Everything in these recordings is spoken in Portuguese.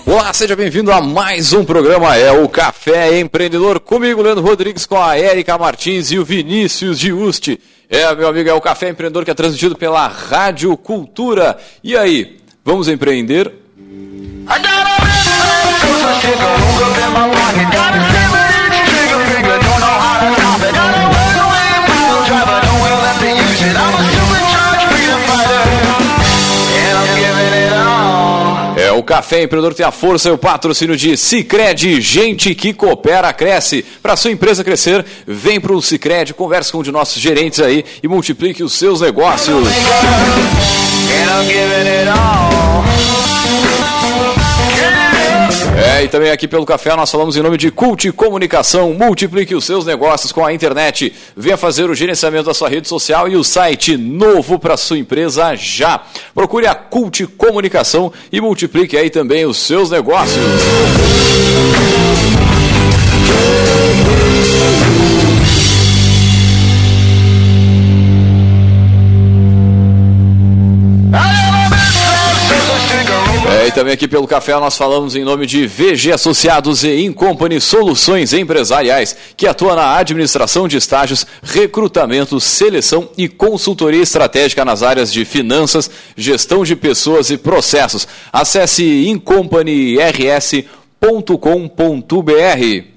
Olá, seja bem-vindo a mais um programa, é o Café Empreendedor, comigo, Leandro Rodrigues, com a Érica Martins e o Vinícius Giusti. Meu amigo, é o Café Empreendedor que é transmitido pela Rádio Cultura. E aí, vamos empreender? O Café Empreendedor tem a força e o patrocínio de Sicredi, gente que coopera, cresce. Para sua empresa crescer, vem para o Sicredi, converse com um de nossos gerentes aí e multiplique os seus negócios. E também aqui pelo Café nós falamos em nome de Cult Comunicação. Multiplique os seus negócios com a internet. Venha fazer o gerenciamento da sua rede social e o site novo para sua empresa já. Procure a Cult Comunicação e multiplique aí também os seus negócios. E também aqui pelo Café nós falamos em nome de VG Associados e Incompany Soluções Empresariais, que atua na administração de estágios, recrutamento, seleção e consultoria estratégica nas áreas de finanças, gestão de pessoas e processos. Acesse incompanyrs.com.br.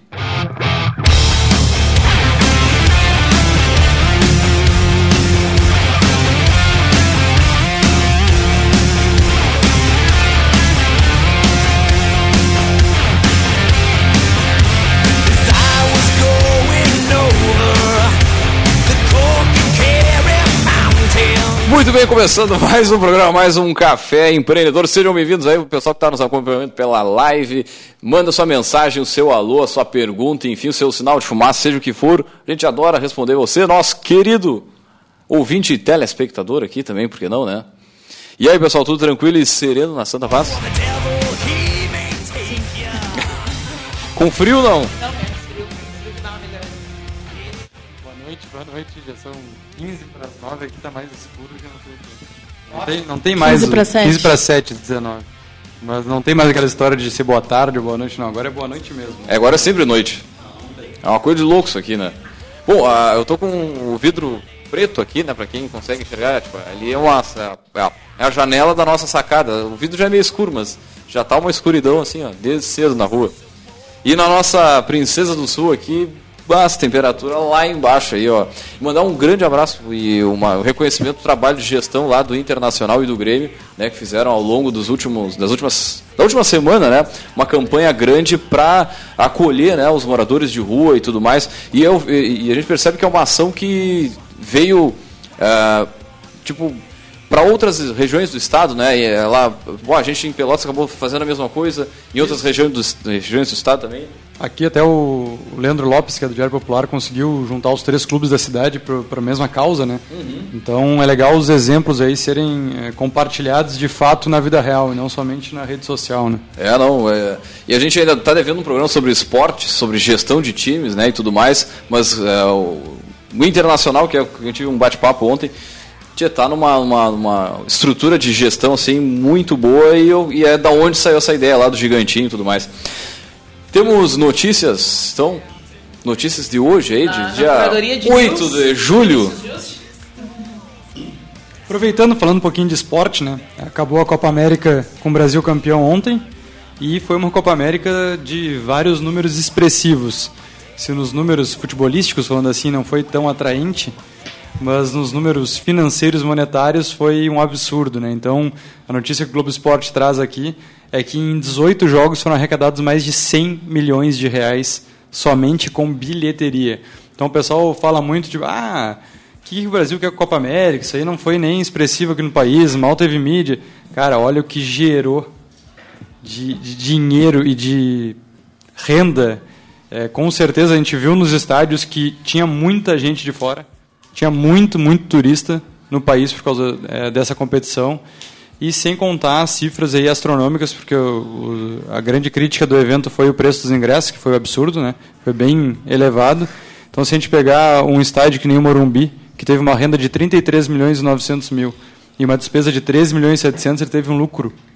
Muito bem, começando mais um programa, mais um Café Empreendedor. Sejam bem-vindos aí, o pessoal que está nos acompanhando pela live. Manda sua mensagem, o seu alô, a sua pergunta, enfim, o seu sinal de fumaça, seja o que for. A gente adora responder você, nosso querido ouvinte e telespectador aqui também, por que não, né? E aí, pessoal, tudo tranquilo e sereno na Santa Paz? Com frio, não? Não, menos frio. Frio que dá uma melhorada. Boa noite, já são 15 para as 9, aqui está mais escuro, já não tem mais 15 para 7. 15 para 7, 19. Mas não tem mais aquela história de ser boa tarde ou boa noite, não. Agora é boa noite mesmo. Agora é sempre noite. É uma coisa de louco isso aqui, né? Bom, eu tô com o vidro preto aqui, né, para quem consegue enxergar, tipo, ali é a janela da nossa sacada. O vidro já é meio escuro, mas já tá uma escuridão assim, ó, desde cedo na rua. E na nossa Princesa do Sul aqui, basta temperatura lá embaixo aí, ó. Mandar um grande abraço e um reconhecimento do trabalho de gestão lá do Internacional e do Grêmio, né, que fizeram ao longo da última semana, né, uma campanha grande para acolher, né, os moradores de rua e tudo mais. E a gente percebe que é uma ação que veio, para outras regiões do estado, né? E a gente em Pelotas acabou fazendo a mesma coisa, em outras regiões do estado também. Aqui até o Leandro Lopes, que é do Diário Popular, conseguiu juntar os 3 clubes da cidade para a mesma causa, né? Uhum. Então é legal os exemplos aí serem compartilhados de fato na vida real e não somente na rede social, né? E a gente ainda está devendo um programa sobre esporte, sobre gestão de times, né, e tudo mais, mas o Internacional, que a gente tive um bate-papo ontem, está numa estrutura de gestão assim, muito boa e é da onde saiu essa ideia lá do Gigantinho e tudo mais. Temos notícias de hoje aí, de dia 8 de julho. Aproveitando, falando um pouquinho de esporte, né? Acabou a Copa América com o Brasil campeão ontem e foi uma Copa América de vários números expressivos. Se nos números futebolísticos, falando assim, não foi tão atraente, mas nos números financeiros monetários foi um absurdo, né? Então, a notícia que o Globo Esporte traz aqui é que em 18 jogos foram arrecadados mais de 100 milhões de reais somente com bilheteria. Então, o pessoal fala muito de, que o Brasil quer com a Copa América? Isso aí não foi nem expressivo aqui no país, mal teve mídia. Cara, olha o que gerou de dinheiro e de renda. Com certeza a gente viu nos estádios que tinha muita gente de fora. Tinha muito turista no país por causa dessa competição. E sem contar as cifras aí astronômicas, porque a grande crítica do evento foi o preço dos ingressos, que foi um absurdo, né? Foi bem elevado. Então, se a gente pegar um estádio que nem o Morumbi, que teve uma renda de 33 milhões e 900 mil, e uma despesa de 13 milhões e 700, ele teve um lucro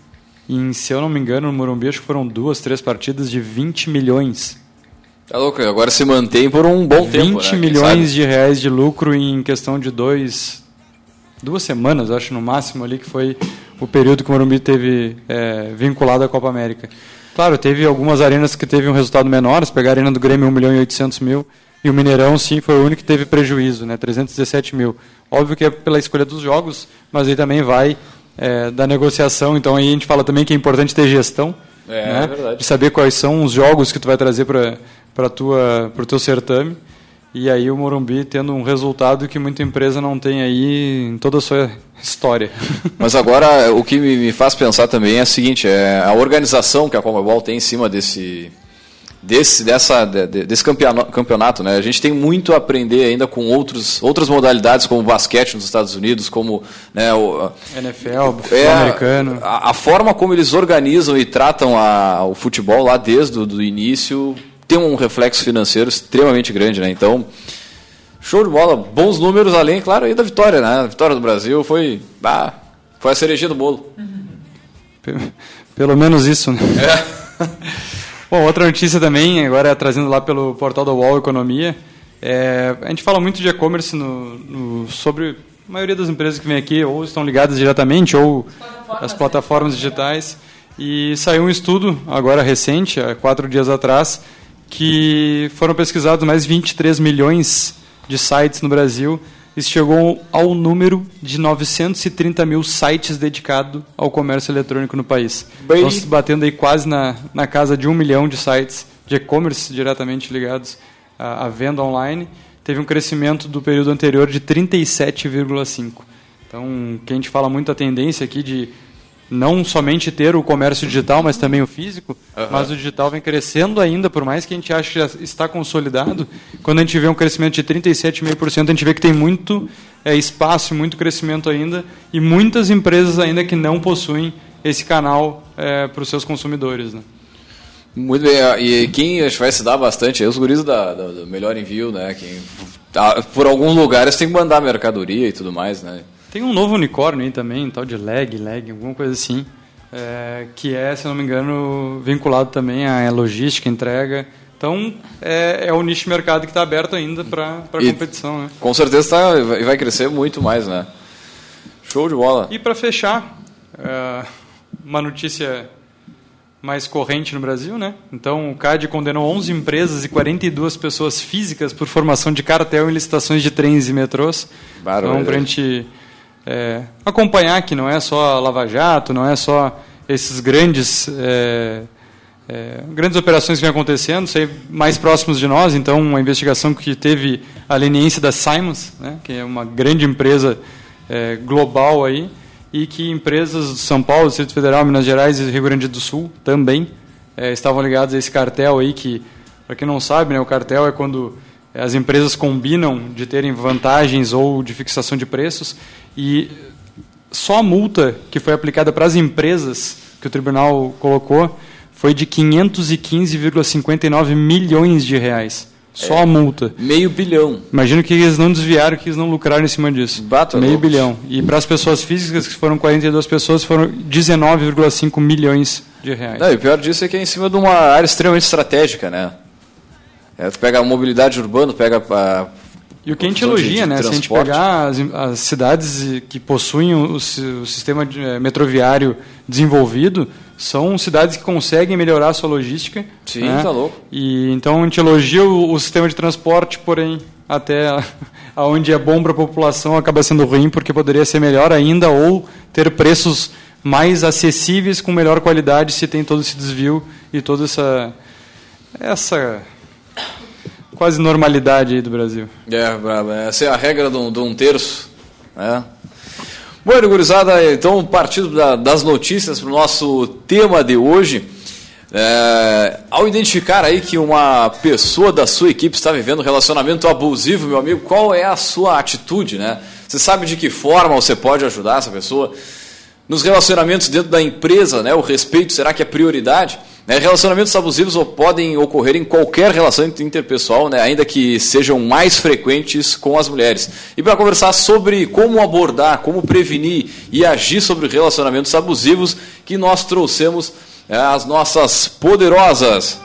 se eu não me engano, no Morumbi, acho que foram 2, 3 partidas de 20 milhões. Tá louco, agora se mantém por um bom tempo, 20 né? milhões de reais de lucro em questão de 2 semanas, acho, no máximo, ali, que foi o período que o Morumbi teve vinculado à Copa América. Claro, teve algumas arenas que teve um resultado menor, se pegar a arena do Grêmio 1.800.000, e o Mineirão, sim, foi o único que teve prejuízo, né, 317 mil. Óbvio que é pela escolha dos jogos, mas aí também vai da negociação, então aí a gente fala também que é importante ter gestão, né, é verdade. de saber quais são os jogos que tu vai trazer para o teu certame, e aí o Morumbi tendo um resultado que muita empresa não tem aí em toda a sua história. Mas agora o que me faz pensar também é o seguinte, a organização que a Conmebol tem em cima desse campeonato, né? A gente tem muito a aprender ainda com outras modalidades, como o basquete nos Estados Unidos, como, né, o NFL, futebol americano. A forma como eles organizam e tratam o futebol lá desde o início tem um reflexo financeiro extremamente grande, né? Então, show de bola, bons números, além, claro, aí da vitória, né? A vitória do Brasil foi a cerejinha do bolo. Pelo menos isso, né? Bom, outra notícia também, agora trazendo lá pelo portal da UOL Economia, a gente fala muito de e-commerce sobre a maioria das empresas que vêm aqui, ou estão ligadas diretamente, ou as plataformas digitais, e saiu um estudo, agora recente, há 4 dias atrás, que foram pesquisados mais 23 milhões de sites no Brasil, e chegou ao número de 930 mil sites dedicados ao comércio eletrônico no país. Estamos batendo aí quase na casa de 1 milhão de sites de e-commerce diretamente ligados à venda online. Teve um crescimento do período anterior de 37,5%. Então, que a gente fala muito a tendência aqui de não somente ter o comércio digital, mas também o físico, mas o digital vem crescendo ainda, por mais que a gente ache que já está consolidado. Quando a gente vê um crescimento de 37,5%, a gente vê que tem muito espaço, muito crescimento ainda, e muitas empresas ainda que não possuem esse canal para os seus consumidores, né? Muito bem, e quem vai se dar bastante é os guris do Melhor Envio, né? Quem, por alguns lugares tem que mandar mercadoria e tudo mais, né? Tem um novo unicórnio aí também, um tal de leg, alguma coisa assim, que se não me engano, vinculado também à logística, entrega. Então, é o nicho de mercado que está aberto ainda para a competição, né? Com certeza vai crescer muito mais, né? Show de bola. E para fechar, uma notícia mais corrente no Brasil, né? Então, o CAD condenou 11 empresas e 42 pessoas físicas por formação de cartel em licitações de trens e metrôs. Então, para a gente acompanhar que não é só a Lava Jato, não é só esses grandes operações que vêm acontecendo, sei, mais próximos de nós. Então, uma investigação que teve a leniência da Siemens, né, que é uma grande empresa global aí, e que empresas de São Paulo, Distrito Federal, Minas Gerais e Rio Grande do Sul também estavam ligadas a esse cartel aí, que, para quem não sabe, né, o cartel é quando as empresas combinam de terem vantagens ou de fixação de preços, e só a multa que foi aplicada para as empresas que o tribunal colocou foi de 515,59 milhões de reais. Só a multa. $500 milhão. Imagino que eles não desviaram, que eles não lucraram em cima disso. $500 milhão. E para as pessoas físicas, que foram 42 pessoas, foram 19,5 milhões de reais. Não, e o pior disso é que é em cima de uma área extremamente estratégica, né? Tu pega a mobilidade urbana, pega e o que a gente elogia, né? Se a gente pegar as cidades que possuem o sistema metroviário desenvolvido, são cidades que conseguem melhorar a sua logística. Sim, né? Tá louco. E então a gente elogia o sistema de transporte, porém, até onde é bom para a população acaba sendo ruim, porque poderia ser melhor ainda, ou ter preços mais acessíveis com melhor qualidade, se tem todo esse desvio e toda essa quase normalidade aí do Brasil. Essa é a regra de um terço, né? Bueno, gurizada, então partindo das notícias para o nosso tema de hoje, ao identificar aí que uma pessoa da sua equipe está vivendo um relacionamento abusivo, meu amigo, qual é a sua atitude, né? Você sabe de que forma você pode ajudar essa pessoa? nos relacionamentos dentro da empresa, né? O respeito, será que é prioridade? Relacionamentos abusivos podem ocorrer em qualquer relação interpessoal, né? Ainda que sejam mais frequentes com as mulheres. E para conversar sobre como abordar, como prevenir e agir sobre relacionamentos abusivos, que nós trouxemos as nossas poderosas.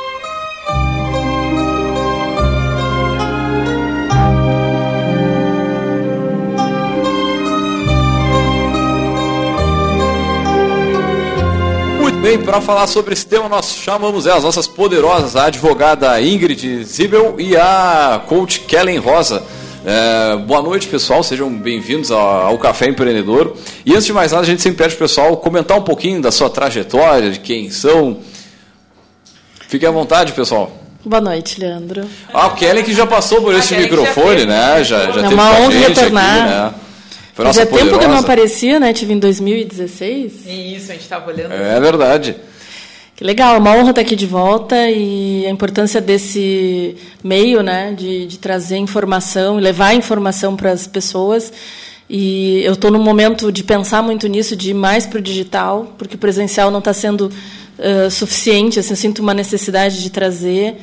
Bem, para falar sobre esse tema, nós chamamos as nossas poderosas, a advogada Ingrid Zibel e a coach Kellen Rosa. Boa noite, pessoal, sejam bem-vindos ao Café Empreendedor. E antes de mais nada, a gente sempre pede para o pessoal comentar um pouquinho da sua trajetória, de quem são. Fiquem à vontade, pessoal. Boa noite, Leandro. O Kellen que já passou por esse microfone, né? Já teve uma honra retornar. Aqui, né? Fazia tempo que eu não aparecia, né? Tive em 2016. Isso, a gente estava olhando. É verdade. Que legal, uma honra estar aqui de volta e a importância desse meio, né? De trazer informação e levar informação para as pessoas. E eu estou num momento de pensar muito nisso, de ir mais para o digital, porque o presencial não está sendo suficiente. Assim, eu sinto uma necessidade de trazer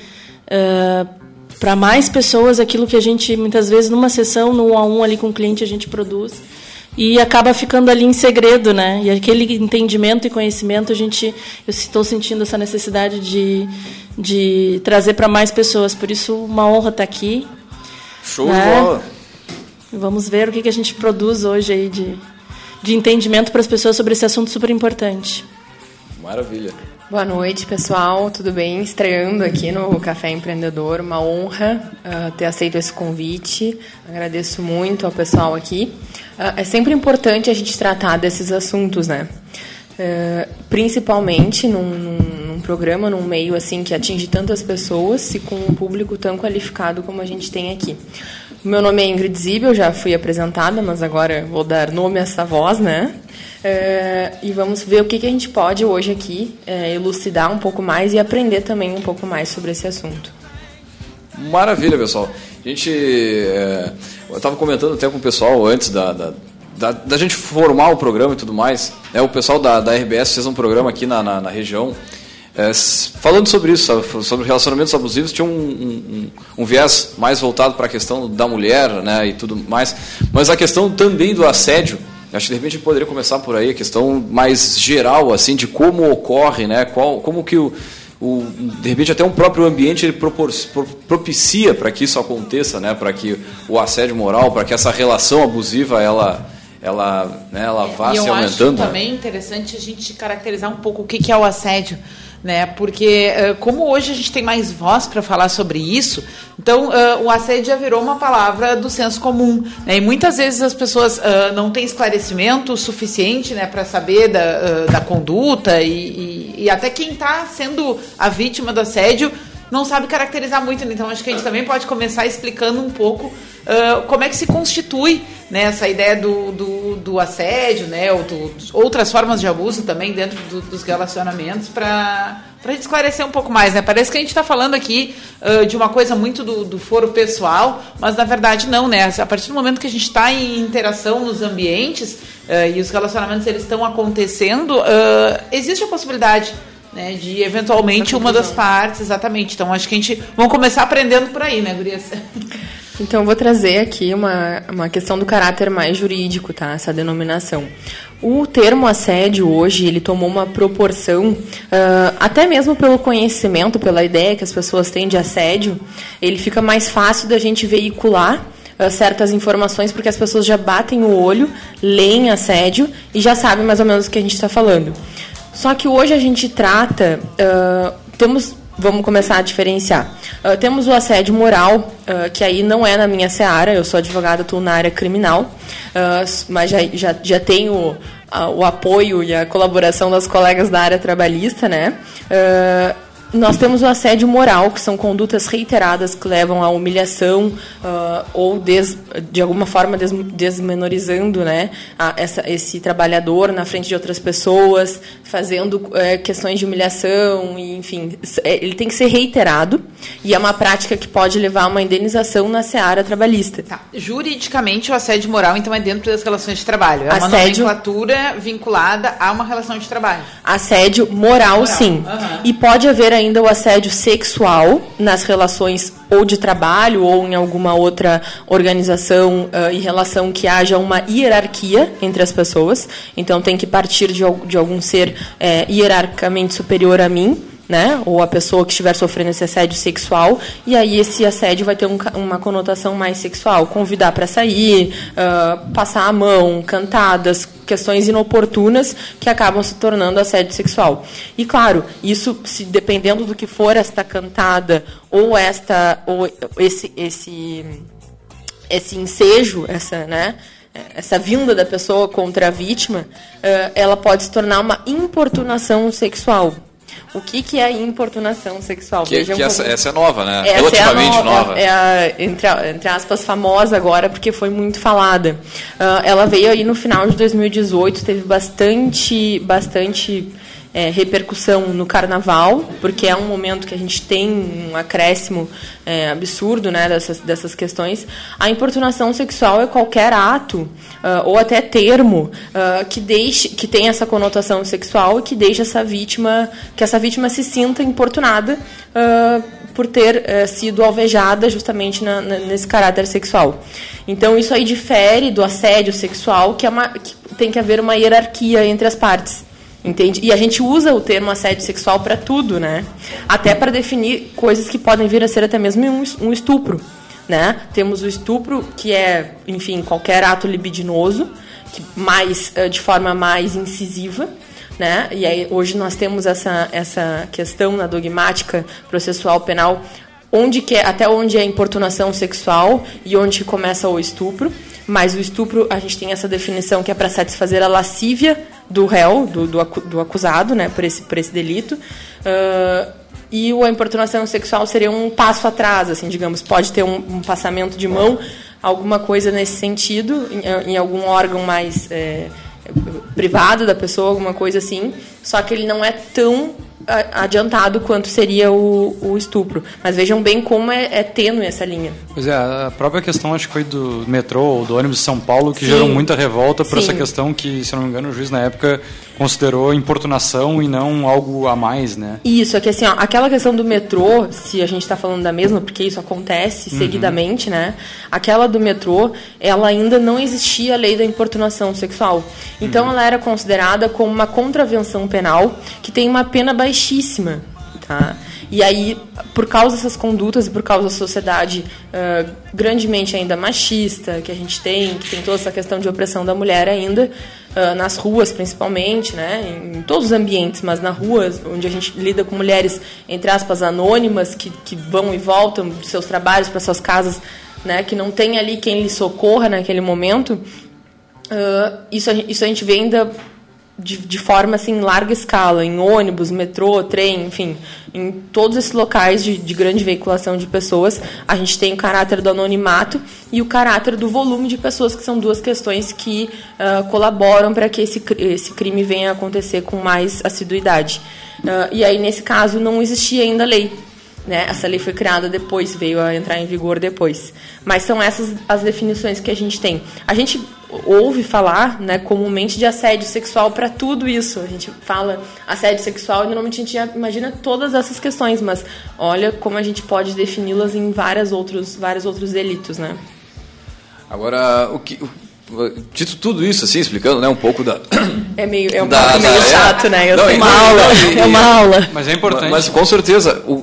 para mais pessoas aquilo que a gente, muitas vezes, numa sessão, no 1-a-1 ali com o cliente, a gente produz e acaba ficando ali em segredo, né? E aquele entendimento e conhecimento, eu estou sentindo essa necessidade de trazer para mais pessoas. Por isso, uma honra estar aqui. Show de bola! Vamos ver o que a gente produz hoje aí de entendimento para as pessoas sobre esse assunto super importante. Maravilha! Boa noite, pessoal. Tudo bem? Estreando aqui no Café Empreendedor. Uma honra ter aceito esse convite. Agradeço muito ao pessoal aqui. É sempre importante a gente tratar desses assuntos, né? Principalmente num programa, num meio assim que atinge tantas pessoas e com um público tão qualificado como a gente tem aqui. Meu nome é Ingrid Zibel, já fui apresentada, mas agora vou dar nome a essa voz, né? E vamos ver o que a gente pode hoje aqui elucidar um pouco mais e aprender também um pouco mais sobre esse assunto. Maravilha, pessoal. Eu estava comentando até com o pessoal antes da gente formar o programa e tudo mais. O pessoal da RBS fez um programa aqui na região falando sobre isso, sobre relacionamentos abusivos. Tinha um viés mais voltado para a questão da mulher, né, e tudo mais, mas a questão também do assédio. Acho que de repente a gente poderia começar por aí, a questão mais geral, assim, de como ocorre, né, como que de repente até um próprio ambiente ele propicia para que isso aconteça, né, para que o assédio moral, para que essa relação abusiva ela vá se aumentando. Eu acho também interessante a gente caracterizar um pouco o que é o assédio, né? Porque como hoje a gente tem mais voz para falar sobre isso, então o assédio já virou uma palavra do senso comum, né? E muitas vezes as pessoas não têm esclarecimento suficiente, né, para saber da conduta e até quem está sendo a vítima do assédio não sabe caracterizar muito, né? Então acho que a gente também pode começar explicando um pouco como é que se constitui, né, essa ideia do assédio, né, ou outras formas de abuso também dentro dos relacionamentos, para a gente esclarecer um pouco mais, né? Parece que a gente está falando aqui de uma coisa muito do foro pessoal, mas na verdade não, né? A partir do momento que a gente está em interação nos ambientes e os relacionamentos eles estão acontecendo, existe a possibilidade, né, de eventualmente uma das partes, exatamente. Então acho que a gente vamos começar aprendendo por aí, né, gurias? Então, eu vou trazer aqui uma questão do caráter mais jurídico, tá? Essa denominação. O termo assédio hoje, ele tomou uma proporção, até mesmo pelo conhecimento, pela ideia que as pessoas têm de assédio, ele fica mais fácil da gente veicular certas informações, porque as pessoas já batem o olho, leem assédio e já sabem mais ou menos o que a gente está falando. Só que hoje a gente trata, vamos começar a diferenciar. Temos o assédio moral, que aí não é na minha seara, eu sou advogada, estou na área criminal, mas já tenho o apoio e a colaboração das colegas da área trabalhista, né? nós temos o assédio moral, que são condutas reiteradas que levam à humilhação ou, de alguma forma, desmenorizando, né, esse trabalhador na frente de outras pessoas, fazendo questões de humilhação, e, enfim. Ele tem que ser reiterado e é uma prática que pode levar a uma indenização na seara trabalhista. Tá. Juridicamente, o assédio moral, então, é dentro das relações de trabalho. É uma nomenclatura vinculada a uma relação de trabalho. Assédio moral. Sim. Uhum. E pode haver ainda o assédio sexual nas relações ou de trabalho ou em alguma outra organização e relação que haja uma hierarquia entre as pessoas. Então, tem que partir de algum ser hierarquicamente superior a mim, né? Ou a pessoa que estiver sofrendo esse assédio sexual, e aí esse assédio vai ter uma conotação mais sexual, convidar para sair, passar a mão, cantadas, questões inoportunas que acabam se tornando assédio sexual. E claro, isso, dependendo do que for esta cantada ou esse ensejo, essa vinda da pessoa contra a vítima, ela pode se tornar uma importunação sexual. O que é importunação sexual? Essa é nova, né? Relativamente nova. É entre aspas, famosa agora, porque foi muito falada. Ela veio aí no final de 2018, teve bastante repercussão no carnaval, porque é um momento que a gente tem um acréscimo absurdo, né, dessas questões. A importunação sexual é qualquer ato ou até termo que tem essa conotação sexual e que deixa que essa vítima se sinta importunada por ter sido alvejada justamente nesse caráter sexual. Então isso aí difere do assédio sexual, que tem que haver uma hierarquia entre as partes. Entende? E a gente usa o termo assédio sexual para tudo, né? Até para definir coisas que podem vir a ser até mesmo um estupro, né? Temos o estupro, que é, enfim, qualquer ato libidinoso, de forma mais incisiva, né? E aí hoje nós temos essa questão na dogmática processual penal, até onde é a importunação sexual e onde começa o estupro. Mas o estupro, a gente tem essa definição que é para satisfazer a lascívia do réu, do acusado, né, por esse delito. E a importunação sexual seria um passo atrás, assim, digamos. Pode ter um passamento de mão, alguma coisa nesse sentido, em algum órgão mais privado da pessoa, alguma coisa assim. Só que ele não é tão adiantado quanto seria o estupro. Mas vejam bem como é tênue essa linha. Pois é, a própria questão, acho que foi do metrô ou do ônibus de São Paulo, que gerou muita revolta por essa questão que, se eu não me engano, o juiz na época considerou importunação e não algo a mais, né? Isso, é que assim, aquela questão do metrô, se a gente está falando da mesma, porque isso acontece seguidamente, né? Aquela do metrô, ela ainda não existia a lei da importunação sexual. Então, ela era considerada como uma contravenção penal que tem uma pena baixíssima, tá? E aí, por causa dessas condutas e por causa da sociedade grandemente ainda machista que a gente tem, que tem toda essa questão de opressão da mulher ainda, nas ruas principalmente, né, em todos os ambientes, mas na rua, onde a gente lida com mulheres, entre aspas, anônimas, que vão e voltam dos seus trabalhos para suas casas, né, que não tem ali quem lhe socorra naquele momento, isso a gente vê ainda de forma assim, em larga escala, em ônibus, metrô, trem, enfim, em todos esses locais de grande veiculação de pessoas, a gente tem o caráter do anonimato e o caráter do volume de pessoas, que são duas questões que colaboram para que esse crime venha a acontecer com mais assiduidade. E aí, nesse caso, não existia ainda lei. Né? Essa lei foi criada depois, veio a entrar em vigor depois. Mas são essas as definições que a gente tem. A gente ouve falar, né, comumente de assédio sexual para tudo isso. A gente fala assédio sexual e normalmente a gente imagina todas essas questões, mas olha como a gente pode defini-las em vários outros delitos, né? Agora, dito tudo isso, assim, explicando, né, um pouco da... É meio chato, né? É uma aula. Mas é importante. Mas com certeza, o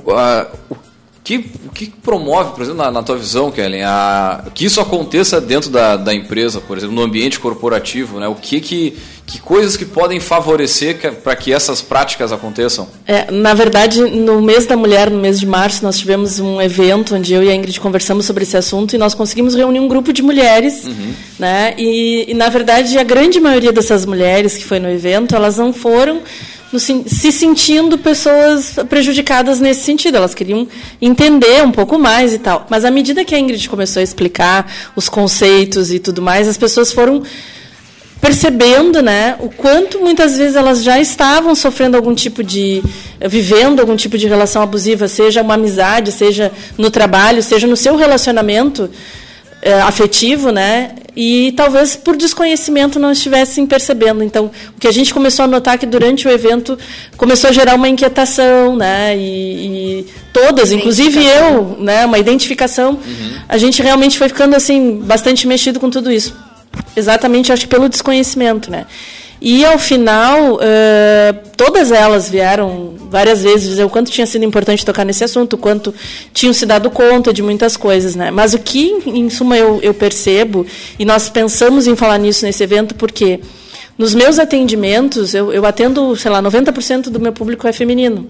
que promove, por exemplo, na tua visão, Kellen, que isso aconteça dentro da empresa, por exemplo, no ambiente corporativo, né? Que coisas que podem favorecer para que essas práticas aconteçam? Na verdade, no mês da mulher, no mês de março, nós tivemos um evento onde eu e a Ingrid conversamos sobre esse assunto e nós conseguimos reunir um grupo de mulheres, né? E na verdade, a grande maioria dessas mulheres que foi no evento, elas não foram se sentindo pessoas prejudicadas nesse sentido. Elas queriam entender um pouco mais e tal. Mas à medida que a Ingrid começou a explicar os conceitos e tudo mais, as pessoas foram percebendo, né, o quanto muitas vezes elas já estavam vivendo algum tipo de relação abusiva, seja uma amizade, seja no trabalho, seja no seu relacionamento afetivo, né, e talvez por desconhecimento não estivessem percebendo. Então, o que a gente começou a notar que durante o evento começou a gerar uma inquietação, né, e todas, inclusive eu, né, uma identificação, a gente realmente foi ficando assim bastante mexido com tudo isso. Exatamente, acho que pelo desconhecimento, né? E, ao final, todas elas vieram várias vezes dizer o quanto tinha sido importante tocar nesse assunto, o quanto tinham se dado conta de muitas coisas, né? Mas o que, em suma, eu percebo, e nós pensamos em falar nisso nesse evento, porque nos meus atendimentos, eu atendo, sei lá, 90% do meu público é feminino.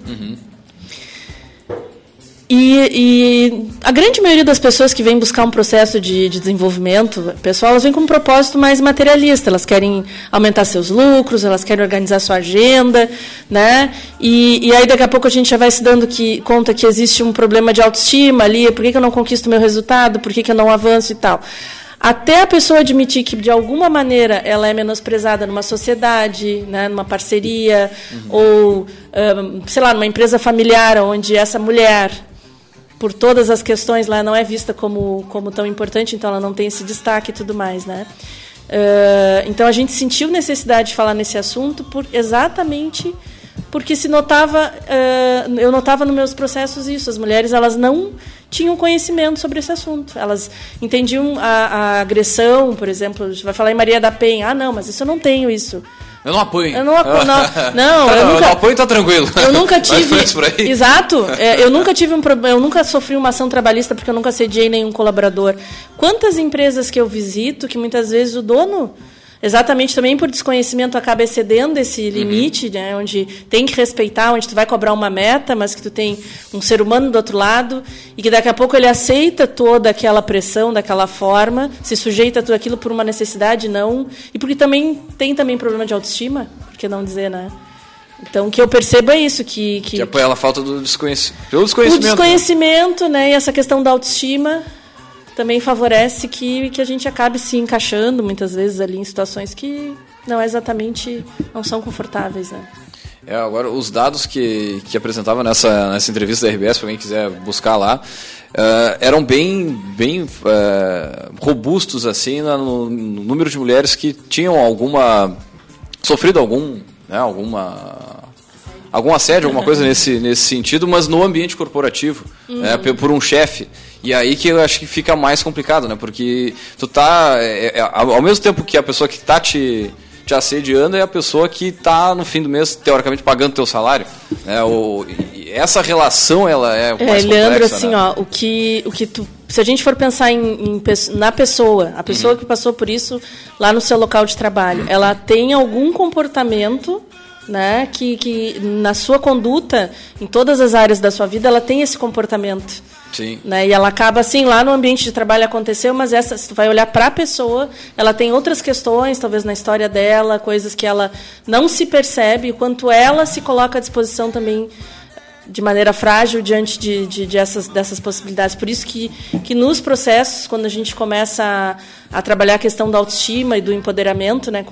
E a grande maioria das pessoas que vêm buscar um processo de desenvolvimento pessoal, elas vêm com um propósito mais materialista. Elas querem aumentar seus lucros, elas querem organizar sua agenda, né? E aí daqui a pouco a gente já vai se dando conta que existe um problema de autoestima ali. Por que eu não conquisto o meu resultado? Por que eu não avanço e tal? Até a pessoa admitir que, de alguma maneira, ela é menosprezada numa sociedade, né, numa parceria, ou, sei lá, numa empresa familiar, onde essa mulher, por todas as questões lá, não é vista como tão importante, então ela não tem esse destaque e tudo mais, né? Então a gente sentiu necessidade de falar nesse assunto exatamente porque se notava, eu notava nos meus processos isso, as mulheres elas não tinham conhecimento sobre esse assunto, elas entendiam a agressão, por exemplo, a gente vai falar em Maria da Penha, não, mas isso eu não tenho isso. Eu não apanho. Eu não apanho. Eu não apanho, tá tranquilo. Eu nunca tive. Exato. Eu nunca tive eu nunca sofri uma ação trabalhista porque eu nunca assediei nenhum colaborador. Quantas empresas que eu visito que muitas vezes o dono, exatamente também por desconhecimento, acaba excedendo esse limite, né, onde tem que respeitar, onde tu vai cobrar uma meta, mas que tu tem um ser humano do outro lado e que daqui a pouco ele aceita toda aquela pressão daquela forma, se sujeita a tudo aquilo por uma necessidade, não, e porque tem também problema de autoestima, por que não dizer, né? Então, o que eu percebo é isso, que apoia a falta do desconhecimento. O desconhecimento, né, e essa questão da autoestima também favorece que a gente acabe se encaixando, muitas vezes, ali em situações que não são confortáveis, né? Agora, os dados que apresentava nessa entrevista da RBS, para quem quiser buscar lá, eram bem robustos, assim, no número de mulheres que tinham sofrido algum assédio, alguma coisa nesse sentido, mas no ambiente corporativo, por um chefe. E aí que eu acho que fica mais complicado, né? Porque tu tá, ao mesmo tempo que a pessoa que tá te assediando é a pessoa que tá no fim do mês, teoricamente, pagando teu salário. Né? Essa relação, ela é mais complexa. Leandro, assim, né? O que se a gente for pensar na pessoa, a pessoa que passou por isso lá no seu local de trabalho, ela tem algum comportamento, né, que na sua conduta, em todas as áreas da sua vida, ela tem esse comportamento. Sim. Né, e ela acaba assim, lá no ambiente de trabalho aconteceu, mas se tu vai olhar para a pessoa, ela tem outras questões, talvez na história dela, coisas que ela não se percebe, quanto ela se coloca à disposição também de maneira frágil diante dessas possibilidades. Por isso que nos processos, quando a gente começa a trabalhar a questão da autoestima e do empoderamento, né,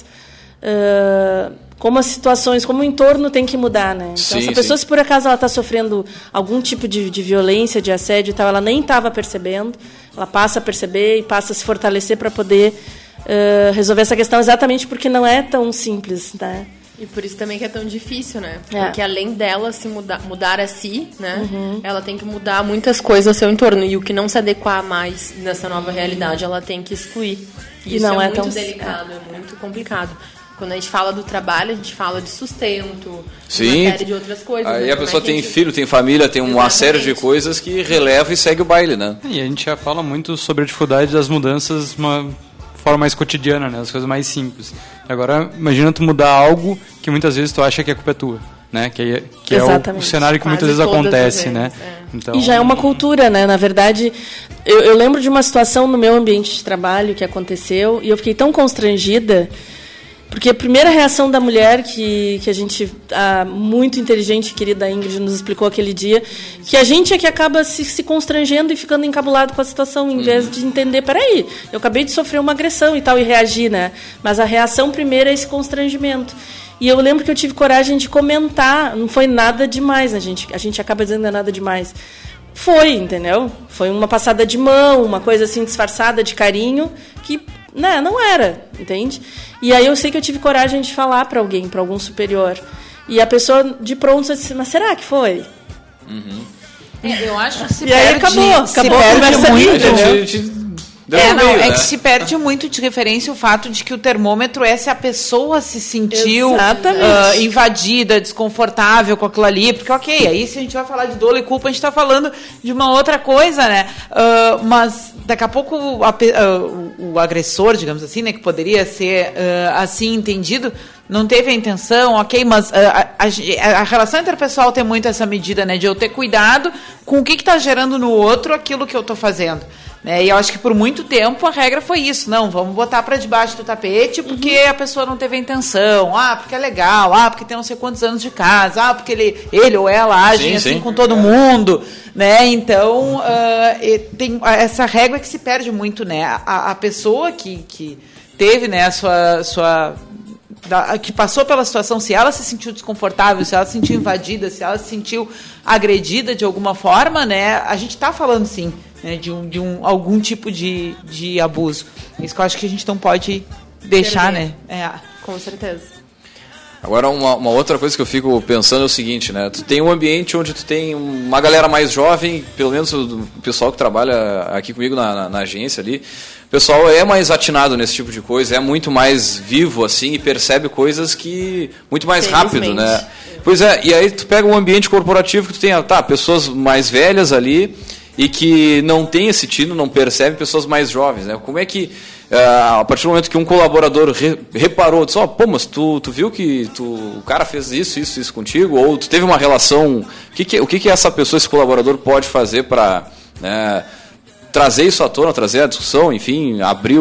como as situações, como o entorno tem que mudar, né? Então, essa pessoa, se por acaso ela está sofrendo algum tipo de violência, de assédio e tal, ela nem estava percebendo, ela passa a perceber e passa a se fortalecer para poder resolver essa questão, exatamente porque não é tão simples, né? E por isso também que é tão difícil, né? Porque além dela se mudar a si, né? Ela tem que mudar muitas coisas ao seu entorno. E o que não se adequar mais nessa nova realidade, ela tem que excluir. E isso não é muito delicado, é muito complicado. Quando a gente fala do trabalho, a gente fala de sustento, uma série de outras coisas. Aí a pessoa tem filho, tem família, tem uma série de coisas que releva e segue o baile, né? E a gente já fala muito sobre a dificuldade das mudanças de uma forma mais cotidiana, né? As coisas mais simples. Agora, imagina tu mudar algo que muitas vezes tu acha que a culpa é tua, né? Que é o cenário que muitas vezes acontece, né? Então, e já é uma cultura, né? Na verdade, eu lembro de uma situação no meu ambiente de trabalho que aconteceu e eu fiquei tão constrangida. Porque a primeira reação da mulher, que a gente, muito inteligente, querida Ingrid, nos explicou aquele dia, que a gente é que acaba se constrangendo e ficando encabulado com a situação, em vez de entender, peraí, eu acabei de sofrer uma agressão e tal, e reagir, né? Mas a reação primeira é esse constrangimento. E eu lembro que eu tive coragem de comentar, não foi nada demais, a gente acaba dizendo que não é nada demais. Foi, entendeu? Foi uma passada de mão, uma coisa assim disfarçada de carinho, que não era, entende? E aí eu sei que eu tive coragem de falar para alguém, para algum superior. E a pessoa de pronto disse, mas será que foi? Eu acho que se e perde, aí acabou a conversa muito, ali, é que se perde muito de referência o fato de que o termômetro é se a pessoa se sentiu invadida, desconfortável com aquilo ali, porque ok, aí se a gente vai falar de dolo e culpa, a gente está falando de uma outra coisa, né? Mas daqui a pouco o agressor, digamos assim, né, que poderia ser assim entendido, não teve a intenção, ok, mas a relação interpessoal tem muito essa medida, né, de eu ter cuidado com o que está gerando no outro aquilo que eu estou fazendo. E eu acho que por muito tempo a regra foi isso, não, vamos botar para debaixo do tapete porque a pessoa não teve a intenção, porque é legal, porque tem não sei quantos anos de casa, porque ele ou ela agem assim com todo mundo, né? Então tem essa regra que se perde muito, né? A pessoa que teve, né, que passou pela situação, se ela se sentiu desconfortável, se ela se sentiu invadida, se ela se sentiu agredida de alguma forma, né, a gente está falando sim, né, de algum tipo de abuso. Isso que eu acho que a gente não pode deixar, né? Com certeza. Agora, uma outra coisa que eu fico pensando é o seguinte, né? Tu tem um ambiente onde tu tem uma galera mais jovem, pelo menos o pessoal que trabalha aqui comigo na agência ali, o pessoal é mais atinado nesse tipo de coisa, é muito mais vivo, assim, e percebe coisas que muito mais rápido, né? Pois é, e aí tu pega um ambiente corporativo que tu tem, pessoas mais velhas ali e que não tem esse tino, não percebe pessoas mais jovens, né? Como é que, a partir do momento que um colaborador reparou, disse, mas tu viu que o cara fez isso contigo, ou tu teve uma relação, o que essa pessoa, esse colaborador pode fazer para, né, trazer isso à tona, trazer a discussão, enfim, abrir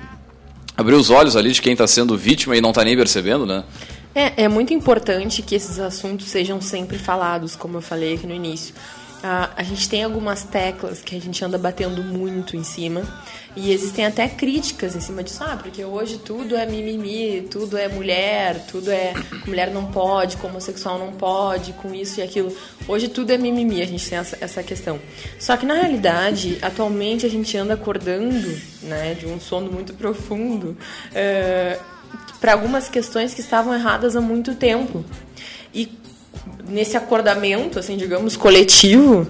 os olhos ali de quem está sendo vítima e não está nem percebendo, né? É muito importante que esses assuntos sejam sempre falados, como eu falei aqui no início. A gente tem algumas teclas que a gente anda batendo muito em cima e existem até críticas em cima disso, porque hoje tudo é mimimi, tudo é mulher, tudo é mulher não pode, com homossexual não pode, com isso e aquilo. Hoje tudo é mimimi, a gente tem essa questão. Só que na realidade, atualmente a gente anda acordando, né, de um sono muito profundo para algumas questões que estavam erradas há muito tempo. E nesse acordamento, assim, digamos, coletivo,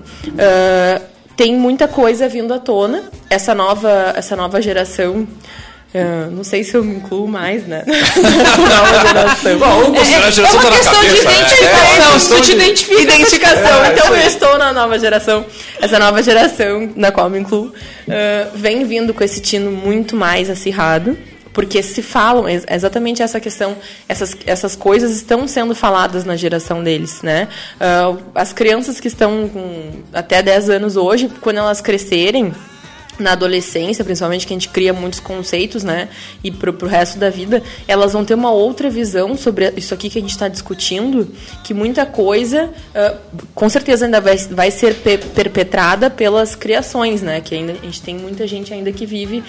tem muita coisa vindo à tona. Essa nova geração, não sei se eu me incluo mais, né? Nova geração. É uma questão de identificação. Se tu te identifica, identificação. Então eu estou na nova geração. Essa nova geração, na qual me incluo, vem vindo com esse tino muito mais acirrado. Porque se falam, exatamente essa questão, essas coisas estão sendo faladas na geração deles, né? As crianças que estão com até 10 anos hoje, quando elas crescerem, na adolescência, principalmente, que a gente cria muitos conceitos, né? E pro resto da vida, elas vão ter uma outra visão sobre isso aqui que a gente está discutindo, que muita coisa, com certeza, ainda vai ser perpetrada pelas criações, né? Que ainda a gente tem muita gente ainda que vive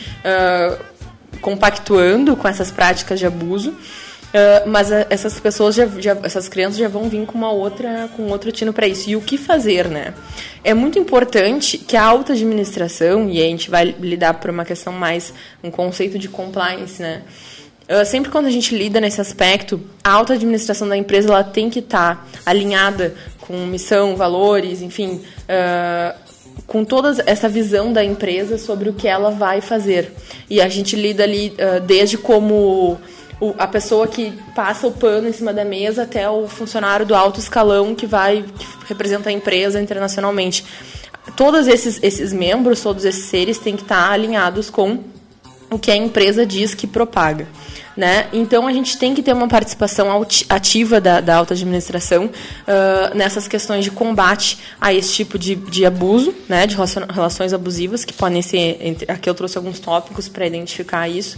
compactuando com essas práticas de abuso, mas essas pessoas essas crianças já vão vir com outro tino para isso. E o que fazer, né? É muito importante que a alta administração, e a gente vai lidar por uma questão mais, um conceito de compliance, né? Sempre quando a gente lida nesse aspecto, a alta administração da empresa ela tem que estar alinhada com missão, valores, enfim, com toda essa visão da empresa sobre o que ela vai fazer. E a gente lida ali desde como a pessoa que passa o pano em cima da mesa até o funcionário do alto escalão que representa a empresa internacionalmente. Todos esses membros, todos esses seres têm que estar alinhados com o que a empresa diz que propaga, né? Então, a gente tem que ter uma participação ativa da alta administração nessas questões de combate a esse tipo de abuso, né? De relações abusivas, que podem ser... Aqui eu trouxe alguns tópicos para identificar isso.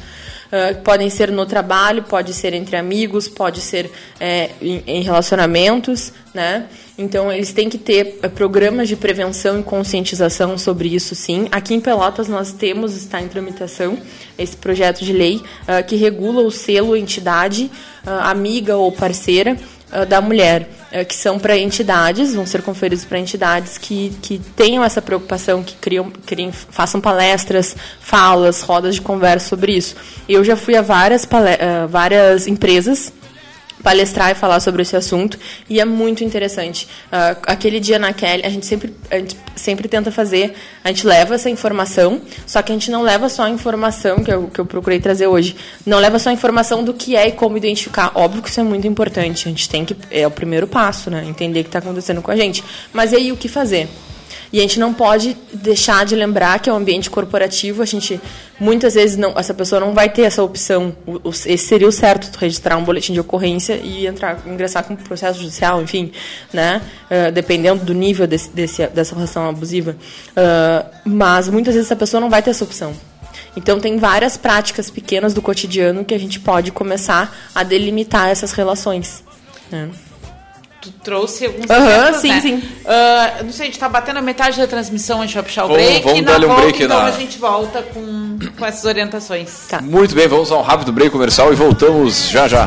podem ser no trabalho, pode ser entre amigos, pode ser em relacionamentos, né? Então, eles têm que ter programas de prevenção e conscientização sobre isso, sim. Aqui em Pelotas, nós temos, está em tramitação, esse projeto de lei que regula o selo entidade, amiga ou parceira da mulher, que são para entidades, vão ser conferidos para entidades que tenham essa preocupação, que façam palestras, falas, rodas de conversa sobre isso. Eu já fui a várias empresas palestrar e falar sobre esse assunto, e é muito interessante. Aquele dia na Kelly, a gente sempre tenta fazer, a gente leva essa informação, só que a gente não leva só a informação, que eu procurei trazer hoje, não leva só a informação do que é e como identificar. Óbvio que isso é muito importante, a gente tem que, é o primeiro passo, né, entender o que está acontecendo com a gente. Mas e aí, o que fazer? E a gente não pode deixar de lembrar que é um ambiente corporativo, a gente, muitas vezes, essa pessoa não vai ter essa opção. Esse seria o certo, registrar um boletim de ocorrência e ingressar com um processo judicial, enfim, né? Dependendo do nível dessa relação abusiva. Mas, muitas vezes, essa pessoa não vai ter essa opção. Então, tem várias práticas pequenas do cotidiano que a gente pode começar a delimitar essas relações, né? Tu trouxe alguns exemplos, sim, né? Sim. Não sei, a gente tá batendo a metade da transmissão, a gente vai puxar o break. Vamos dar um break, então a gente volta com essas orientações. Tá. Muito bem, vamos a um rápido break comercial e voltamos já já.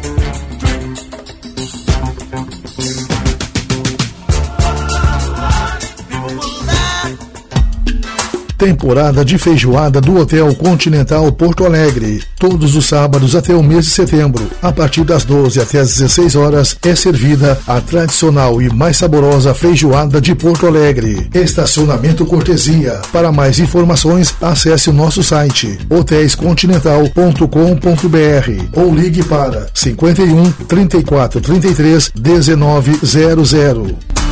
Temporada de feijoada do Hotel Continental Porto Alegre. Todos os sábados até o mês de setembro, a partir das 12 até as 16 horas, é servida a tradicional e mais saborosa feijoada de Porto Alegre. Estacionamento cortesia. Para mais informações, acesse o nosso site hotéiscontinental.com.br ou ligue para 51 34 33 1900.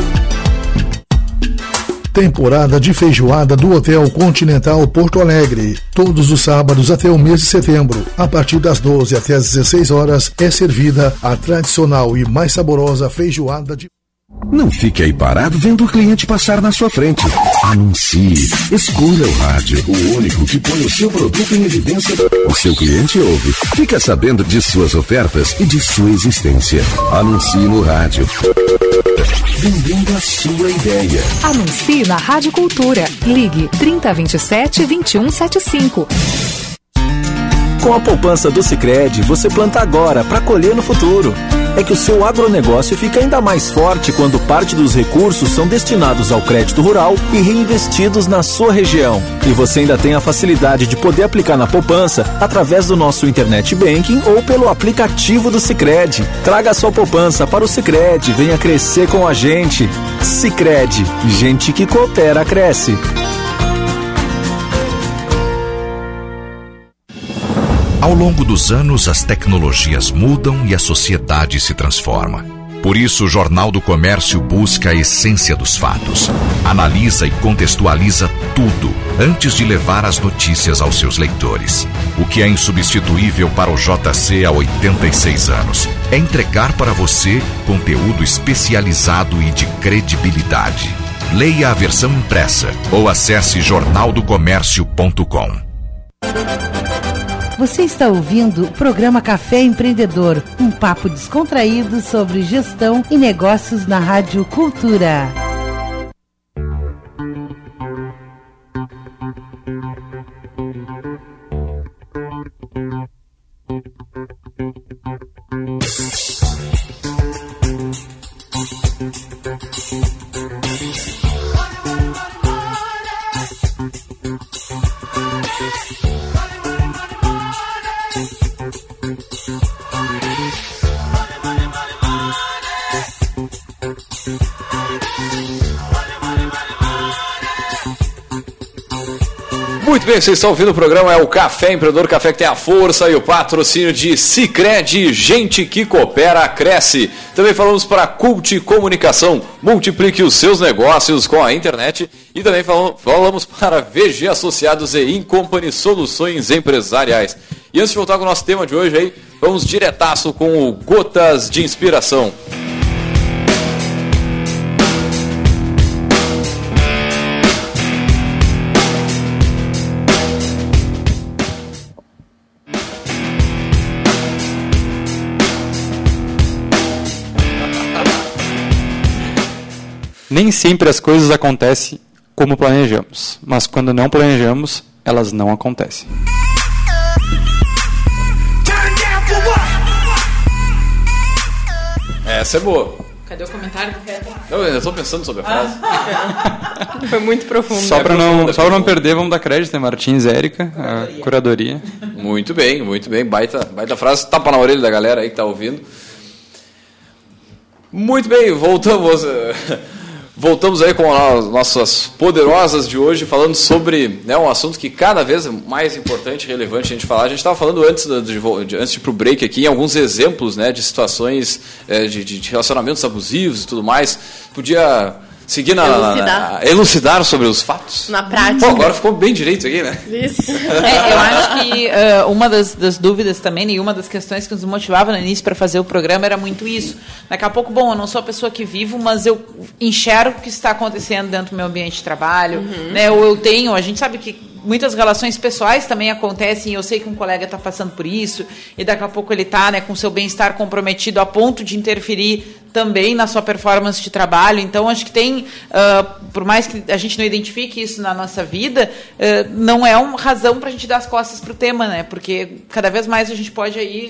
Temporada de feijoada do Hotel Continental Porto Alegre. Todos os sábados até o mês de setembro, a partir das 12 até as 16 horas, é servida a tradicional e mais saborosa feijoada de... Não fique aí parado vendo o cliente passar na sua frente. Anuncie. Escolha o rádio, o único que põe o seu produto em evidência. O seu cliente ouve. Fica sabendo de suas ofertas e de sua existência. Anuncie no rádio. Vendendo a sua ideia. Anuncie na Rádio Cultura. Ligue 3027-2175. Com a poupança do Sicredi, você planta agora para colher no futuro. É que o seu agronegócio fica ainda mais forte quando parte dos recursos são destinados ao crédito rural e reinvestidos na sua região. E você ainda tem a facilidade de poder aplicar na poupança através do nosso Internet Banking ou pelo aplicativo do Sicredi. Traga a sua poupança para o Sicredi, venha crescer com a gente. Sicredi, gente que coopera, cresce. Ao longo dos anos, as tecnologias mudam e a sociedade se transforma. Por isso, o Jornal do Comércio busca a essência dos fatos. Analisa e contextualiza tudo antes de levar as notícias aos seus leitores. O que é insubstituível para o JC há 86 anos é entregar para você conteúdo especializado e de credibilidade. Leia a versão impressa ou acesse jornaldocomércio.com. Você está ouvindo o programa Café Empreendedor, um papo descontraído sobre gestão e negócios na Rádio Cultura. Muito bem, vocês estão ouvindo o programa, é o Café Empreendedor, café que tem a força e o patrocínio de Sicredi, gente que coopera, cresce. Também falamos para Cult Comunicação, multiplique os seus negócios com a internet. E também falamos para VG Associados e Incompany Soluções Empresariais. E antes de voltar com o nosso tema de hoje aí, vamos diretaço com o Gotas de Inspiração. Nem sempre as coisas acontecem como planejamos, mas quando não planejamos, elas não acontecem. Essa é boa. Cadê o comentário do Peter? Eu ainda estou pensando sobre a frase. Foi muito profundo. Só para não perder, vamos dar crédito a Martins e Érica, a curadoria. Muito bem. Baita frase, tapa na orelha da galera aí que está ouvindo. Muito bem, voltamos aí com as nossas poderosas de hoje, falando sobre, né, um assunto que cada vez é mais importante e relevante a gente falar. A gente estava falando antes de ir para o break aqui, em alguns exemplos, né, de situações de relacionamentos abusivos e tudo mais. Podia seguir elucidar sobre os fatos? Na prática. Pô, agora ficou bem direito aqui, né? Isso. Eu acho que uma das dúvidas também, e uma das questões que nos motivava no início para fazer o programa era muito isso. Daqui a pouco, eu não sou a pessoa que vivo, mas eu enxergo o que está acontecendo dentro do meu ambiente de trabalho, né? Ou a gente sabe que muitas relações pessoais também acontecem, e eu sei que um colega está passando por isso, e daqui a pouco ele está, né, com seu bem-estar comprometido a ponto de interferir também na sua performance de trabalho. Então, acho que tem, por mais que a gente não identifique isso na nossa vida, não é uma razão para a gente dar as costas para o tema, né? Porque cada vez mais a gente pode aí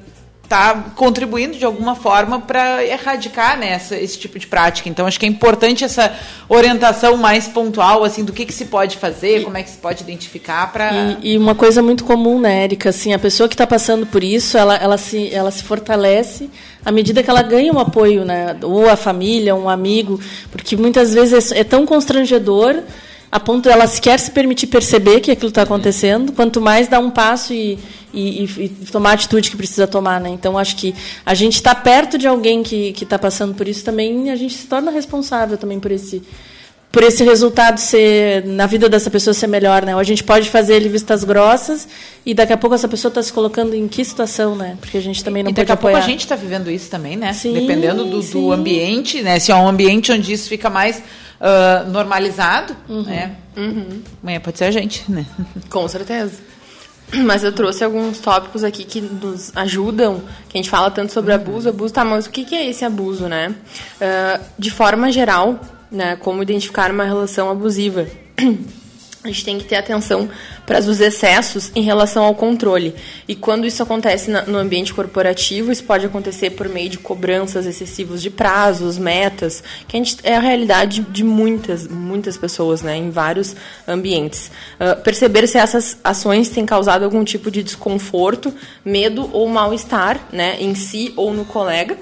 tá contribuindo de alguma forma para erradicar, né, esse tipo de prática. Então, acho que é importante essa orientação mais pontual, assim, do que se pode fazer, como é que se pode identificar para... E uma coisa muito comum, né, Érica, assim, a pessoa que está passando por isso, ela se fortalece à medida que ela ganha um apoio, né, ou a família, um amigo, porque muitas vezes é tão constrangedor a ponto de ela sequer se permitir perceber que aquilo está acontecendo, quanto mais dar um passo e tomar a atitude que precisa tomar, né? Então, acho que a gente está perto de alguém que está passando por isso também, a gente se torna responsável também por esse resultado ser, na vida dessa pessoa ser melhor, né? Ou a gente pode fazer ele vistas grossas e daqui a pouco essa pessoa está se colocando em que situação, né? Porque a gente também não pode apoiar. Daqui a pouco a gente está vivendo isso também, né? Sim, dependendo do ambiente, né? Se é um ambiente onde isso fica mais normalizado, né? Amanhã pode ser a gente, né? Com certeza. Mas eu trouxe alguns tópicos aqui que nos ajudam, que a gente fala tanto sobre abuso, tá, mas o que é esse abuso, né? De forma geral, né, como identificar uma relação abusiva? A gente tem que ter atenção para os excessos em relação ao controle. E quando isso acontece no ambiente corporativo, isso pode acontecer por meio de cobranças excessivas de prazos, metas, que é a realidade de muitas pessoas, né, em vários ambientes. Perceber se essas ações têm causado algum tipo de desconforto, medo ou mal-estar, né, em si ou no colega.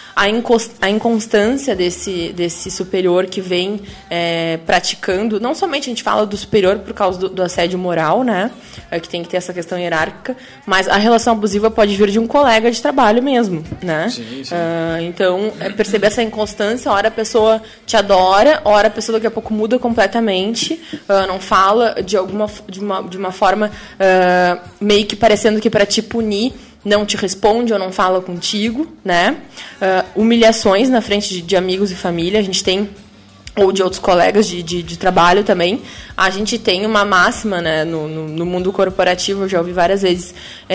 A inconstância desse superior que vem praticando, não somente a gente fala do superior por causa do assédio moral, né, que tem que ter essa questão hierárquica, mas a relação abusiva pode vir de um colega de trabalho mesmo, né? Sim. Então, perceber essa inconstância, hora a pessoa te adora, hora a pessoa daqui a pouco muda completamente, não fala de uma forma meio que parecendo que para te punir, não te responde ou não fala contigo, né? Humilhações na frente de amigos e família, a gente tem, ou de outros colegas de trabalho também. A gente tem uma máxima, né, no mundo corporativo, eu já ouvi várias vezes,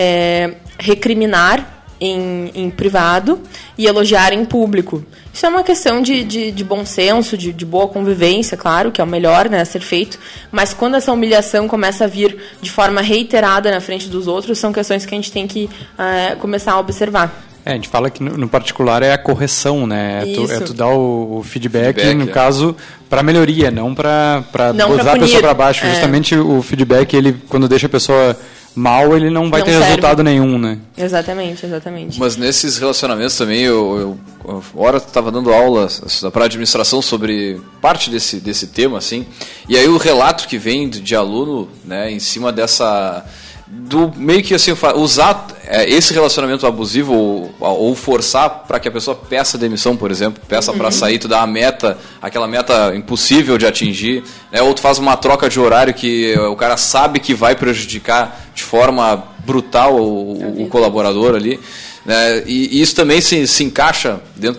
recriminar em privado e elogiar em público. Isso é uma questão de bom senso, de boa convivência, claro, que é o melhor, né, a ser feito, mas quando essa humilhação começa a vir de forma reiterada na frente dos outros, são questões que a gente tem que começar a observar. A gente fala que no particular é a correção, né? É tu dar o feedback, no caso, para melhoria, não para botar a pessoa para baixo. Justamente o feedback, ele, quando deixa a pessoa mal, ele não vai ter resultado nenhum, né? Exatamente. Mas nesses relacionamentos também, eu estava dando aula para administração sobre parte desse tema, assim, e aí o relato que vem de aluno, né, em cima dessa... do meio que assim, usar esse relacionamento abusivo ou forçar para que a pessoa peça demissão, por exemplo, peça para sair, tu dá a meta, aquela meta impossível de atingir, né? Ou tu faz uma troca de horário que o cara sabe que vai prejudicar de forma brutal o colaborador ali, né? E isso também se encaixa dentro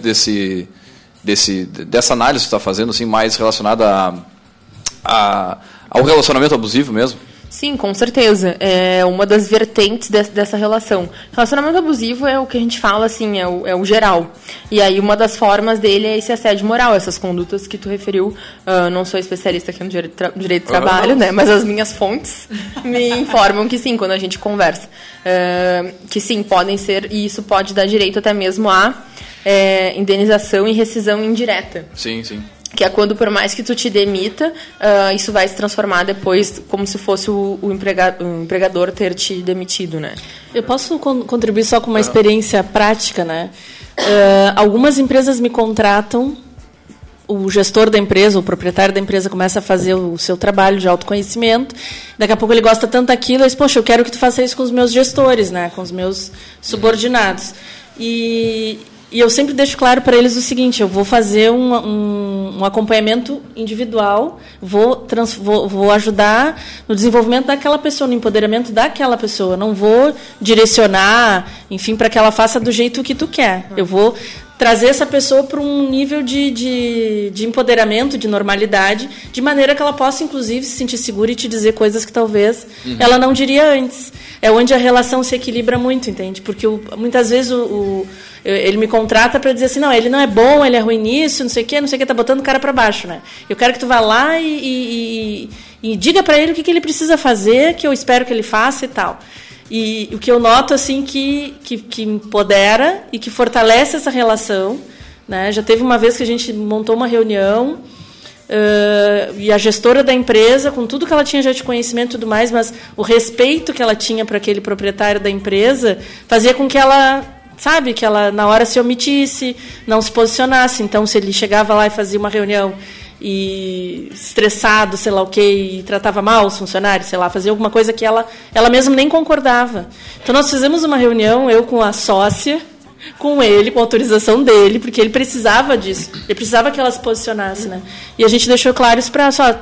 dessa análise que tu está fazendo, assim, mais relacionada ao relacionamento abusivo mesmo. Sim, com certeza. É uma das vertentes dessa relação. Relacionamento abusivo é o que a gente fala, assim, é o geral. E aí uma das formas dele é esse assédio moral, essas condutas que tu referiu. Não sou especialista aqui no direito do trabalho, né? Mas as minhas fontes me informam que sim, quando a gente conversa. Que sim, podem ser, e isso pode dar direito até mesmo a indenização e rescisão indireta. Sim, sim. Que é quando, por mais que tu te demita, isso vai se transformar depois como se fosse o empregador ter te demitido, né? Eu posso contribuir só com uma experiência prática, né? Algumas empresas me contratam, o gestor da empresa, o proprietário da empresa começa a fazer o seu trabalho de autoconhecimento, daqui a pouco ele gosta tanto daquilo, ele diz, poxa, eu quero que tu faça isso com os meus gestores, né? Com os meus subordinados. E eu sempre deixo claro para eles o seguinte, eu vou fazer um acompanhamento individual, vou ajudar no desenvolvimento daquela pessoa, no empoderamento daquela pessoa. Não vou direcionar, enfim, para que ela faça do jeito que tu quer. Eu vou trazer essa pessoa para um nível de empoderamento, de normalidade, de maneira que ela possa, inclusive, se sentir segura e te dizer coisas que talvez ela não diria antes. É onde a relação se equilibra muito, entende? Porque muitas vezes ele me contrata para dizer assim, não, ele não é bom, ele é ruim nisso, não sei o que, tá botando o cara para baixo, né? Eu quero que tu vá lá e diga para ele o que ele precisa fazer, que eu espero que ele faça e tal. E o que eu noto, assim, que empodera e que fortalece essa relação, né? Já teve uma vez que a gente montou uma reunião e a gestora da empresa, com tudo que ela tinha já de conhecimento e tudo mais, mas o respeito que ela tinha para aquele proprietário da empresa fazia com que ela, sabe, que ela na hora se omitisse, não se posicionasse. Então, se ele chegava lá e fazia uma reunião e estressado, sei lá o quê, e tratava mal os funcionários, sei lá, fazia alguma coisa que ela mesma nem concordava. Então, nós fizemos uma reunião, eu com a sócia, com ele, com a autorização dele, porque ele precisava disso. Ele precisava que ela se posicionasse, né? E a gente deixou claro isso para só,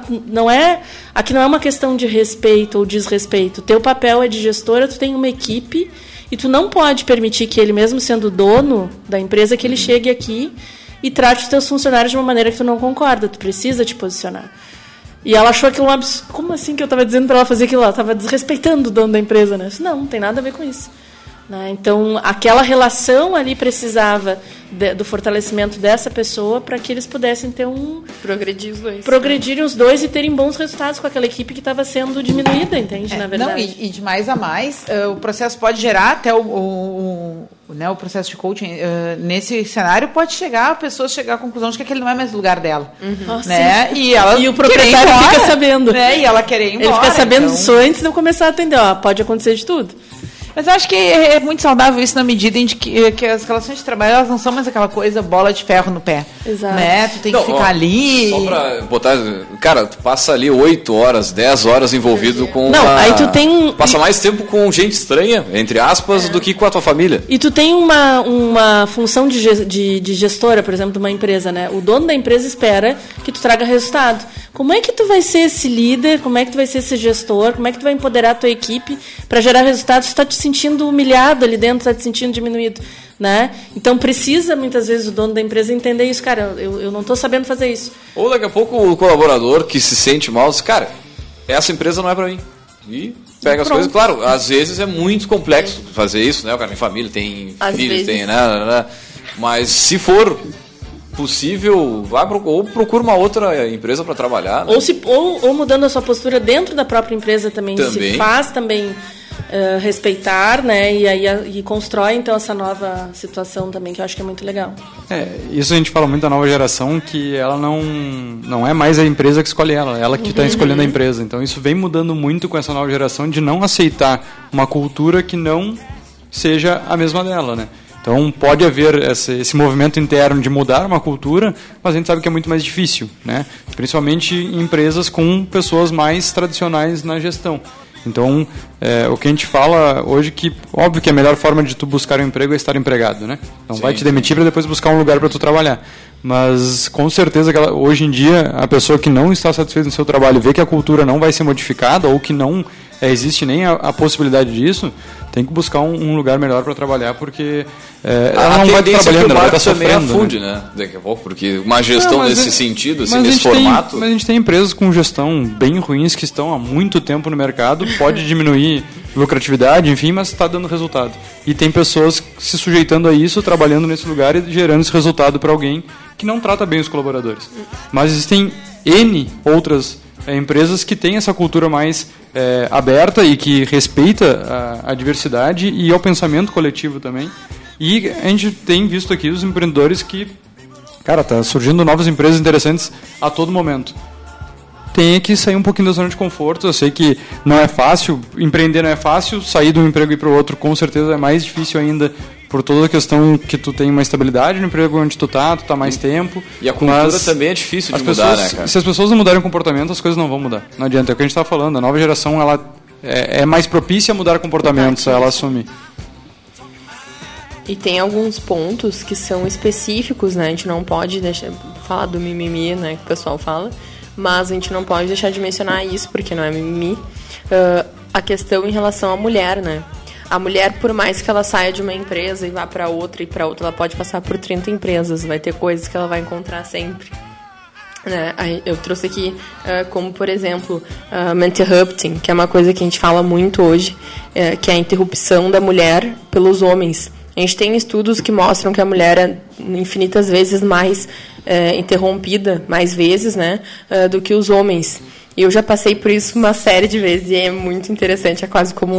aqui não é uma questão de respeito ou desrespeito. O teu papel é de gestora, tu tem uma equipe e tu não pode permitir que ele, mesmo sendo dono da empresa, que ele chegue aqui e trate os teus funcionários de uma maneira que tu não concorda. Tu precisa te posicionar. E ela achou aquilo um absurdo. Como assim que eu estava dizendo para ela fazer aquilo? Ela estava desrespeitando o dono da empresa, né? Não tem nada a ver com isso. Né? Então, aquela relação ali precisava do fortalecimento dessa pessoa para que eles pudessem ter progredirem os dois e terem bons resultados com aquela equipe que estava sendo diminuída, entende? Na verdade. Não, e de mais a mais, o processo pode gerar até o processo de coaching, nesse cenário, pode chegar, a pessoa chegar à conclusão de que aquele não é mais o lugar dela. Né? E o proprietário fica sabendo. Né? E ela querer ir embora. Ele fica sabendo disso antes de eu começar a atender. Pode acontecer de tudo. Mas eu acho que é muito saudável isso na medida em que as relações de trabalho, elas não são mais aquela coisa bola de ferro no pé. Exato. Né? Tu tem que ficar ali. Só pra botar... Cara, tu passa ali 8 horas, 10 horas envolvido com aí tu tem... Passa mais tempo com gente estranha, entre aspas, do que com a tua família. E tu tem uma função de gestora, por exemplo, de uma empresa, né? O dono da empresa espera que tu traga resultado. Como é que tu vai ser esse líder? Como é que tu vai ser esse gestor? Como é que tu vai empoderar a tua equipe para gerar resultados? Tu está te sentindo humilhado ali dentro, está te sentindo diminuído, né? Então precisa muitas vezes o dono da empresa entender isso, cara. Eu não estou sabendo fazer isso. Ou daqui a pouco o colaborador que se sente mal diz, cara, essa empresa não é para mim. E pega as coisas. Claro, às vezes é muito complexo fazer isso, né? O cara tem família, tem filhos, tem... Né? Mas se for possível, ou procura uma outra empresa para trabalhar. Né? Ou mudando a sua postura dentro da própria empresa também. Se faz também respeitar, né? E constrói então essa nova situação também, que eu acho que é muito legal. Isso a gente fala muito da nova geração, que ela não é mais a empresa que escolhe ela que está escolhendo a empresa. Então isso vem mudando muito com essa nova geração de não aceitar uma cultura que não seja a mesma dela, né? Então pode haver esse movimento interno de mudar uma cultura, mas a gente sabe que é muito mais difícil, né? Principalmente em empresas com pessoas mais tradicionais na gestão. Então, o que a gente fala hoje que, óbvio que a melhor forma de tu buscar um emprego é estar empregado, né? Não vai te demitir para depois buscar um lugar para tu trabalhar. Mas, com certeza, hoje em dia, a pessoa que não está satisfeita no seu trabalho vê que a cultura não vai ser modificada ou que não existe nem a possibilidade disso, tem que buscar um lugar melhor para trabalhar, porque ela não vai estar trabalhando, ela vai estar sofrendo. Também afunde, né? Daqui a pouco, porque uma gestão nesse sentido, assim, nesse formato... Mas a gente tem empresas com gestão bem ruins que estão há muito tempo no mercado, pode diminuir lucratividade, enfim, mas está dando resultado. E tem pessoas se sujeitando a isso, trabalhando nesse lugar e gerando esse resultado para alguém que não trata bem os colaboradores. Mas existem N outras empresas que têm essa cultura mais aberta e que respeita a diversidade e ao pensamento coletivo também. E a gente tem visto aqui os empreendedores que, cara, tá surgindo novas empresas interessantes a todo momento. Tem que sair um pouquinho da zona de conforto. Eu sei que não é fácil, empreender não é fácil, sair de um emprego e ir para o outro com certeza é mais difícil ainda, por toda a questão que tu tem uma estabilidade no emprego onde tu tá mais tempo. E a cultura também é difícil de mudar, né, cara? Se as pessoas não mudarem o comportamento, as coisas não vão mudar. Não adianta, é o que a gente está falando, a nova geração ela é mais propícia a mudar comportamentos, ela assumir. E tem alguns pontos que são específicos, né? A gente não pode falar do mimimi, né, que o pessoal fala, mas a gente não pode deixar de mencionar isso, porque não é mimimi. A questão em relação à mulher, né? A mulher, por mais que ela saia de uma empresa e vá para outra, ela pode passar por 30 empresas. Vai ter coisas que ela vai encontrar sempre. Né? Eu trouxe aqui, como por exemplo, interrupting, que é uma coisa que a gente fala muito hoje, que é a interrupção da mulher pelos homens. A gente tem estudos que mostram que a mulher é infinitas vezes mais interrompida, mais vezes, né, do que os homens. E eu já passei por isso uma série de vezes e é muito interessante, é quase como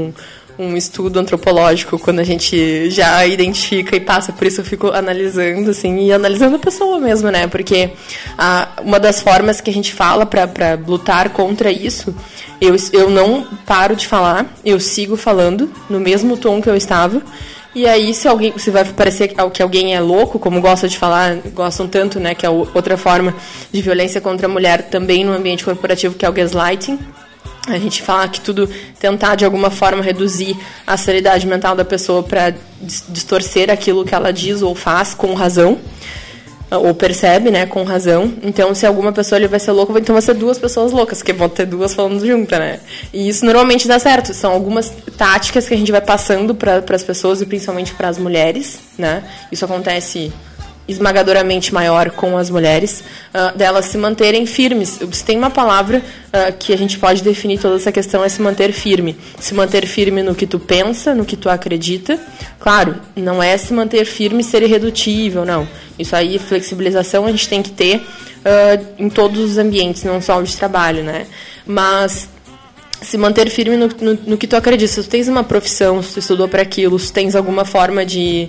um estudo antropológico, quando a gente já identifica e passa por isso. Eu fico analisando, assim, e analisando a pessoa mesmo, né? Porque uma das formas que a gente fala para lutar contra isso, eu não paro de falar, eu sigo falando no mesmo tom que eu estava. E aí, se vai parecer que alguém é louco, como gosta de falar, gostam tanto, né? Que é outra forma de violência contra a mulher também no ambiente corporativo, que é o gaslighting. A gente fala que tudo, tentar de alguma forma reduzir a sanidade mental da pessoa para distorcer aquilo que ela diz ou faz com razão, ou percebe, né, com razão. Então, se alguma pessoa ele vai ser louca, então vai ser duas pessoas loucas, que vão ter duas falando juntas, né? E isso normalmente dá certo. São algumas táticas que a gente vai passando para as pessoas e principalmente para as mulheres, né? Isso acontece esmagadoramente maior com as mulheres, delas se manterem firmes. Se tem uma palavra que a gente pode definir toda essa questão, é se manter firme. Se manter firme no que tu pensa, no que tu acredita. Claro, não é se manter firme e ser irredutível, não. Isso aí, flexibilização, a gente tem que ter em todos os ambientes, não só o de trabalho, né? Mas se manter firme no que tu acredita. Se tu tens uma profissão, se tu estudou para aquilo, se tu tens alguma forma de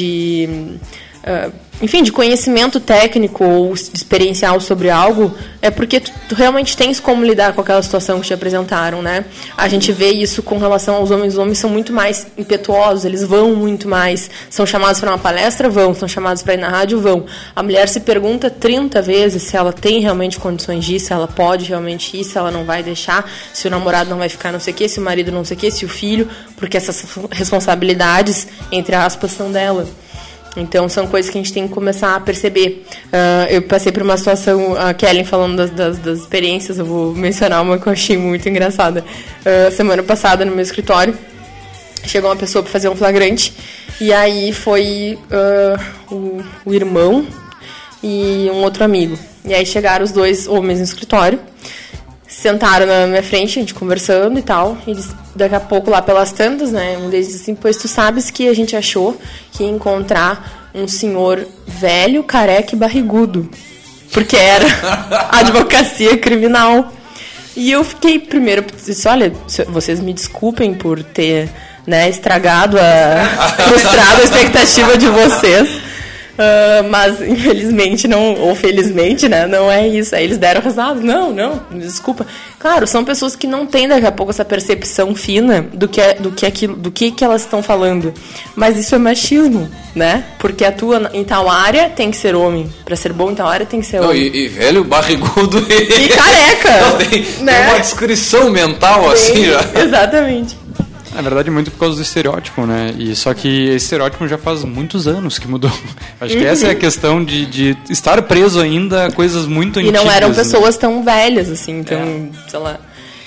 conhecimento técnico ou experiencial sobre algo, é porque tu realmente tens como lidar com aquela situação que te apresentaram, né? A gente vê isso com relação aos homens. Os homens são muito mais impetuosos, eles vão muito mais. São chamados para uma palestra, vão. São chamados para ir na rádio, vão. A mulher se pergunta 30 vezes se ela tem realmente condições disso, se ela pode realmente ir, se ela não vai deixar, se o namorado não vai ficar não sei o quê, se o marido não sei o quê, se o filho, porque essas responsabilidades, entre aspas, são dela. Então, são coisas que a gente tem que começar a perceber. Eu passei por uma situação, a Kellen falando das experiências, eu vou mencionar uma que eu achei muito engraçada. Semana passada, no meu escritório, chegou uma pessoa para fazer um flagrante, e aí foi o irmão e um outro amigo. E aí chegaram os dois homens no escritório, sentaram na minha frente, a gente conversando e tal. Eles, daqui a pouco, lá pelas tantas, né, um deles disse assim: pois tu sabes que a gente achou que ia encontrar um senhor velho, careca e barrigudo, porque era advocacia criminal. E eu fiquei, primeiro, disse: olha, vocês me desculpem por ter, né, frustrado a expectativa de vocês. Mas infelizmente não, ou felizmente, né, não é isso. Aí eles deram risada. Não, desculpa. Claro, são pessoas que não têm daqui a pouco essa percepção fina do que elas estão falando. Mas isso é machismo, né? Porque atua em tal área, tem que ser homem. Pra ser bom em tal área, tem que ser homem. E velho, barrigudo e careca. Não, tem uma descrição mental assim já. Exatamente. Na verdade, muito por causa do estereótipo, né? E só que esse estereótipo já faz muitos anos que mudou. Acho que essa é a questão de estar preso ainda a coisas muito antigas. E não eram pessoas tão velhas, assim, então, sei lá.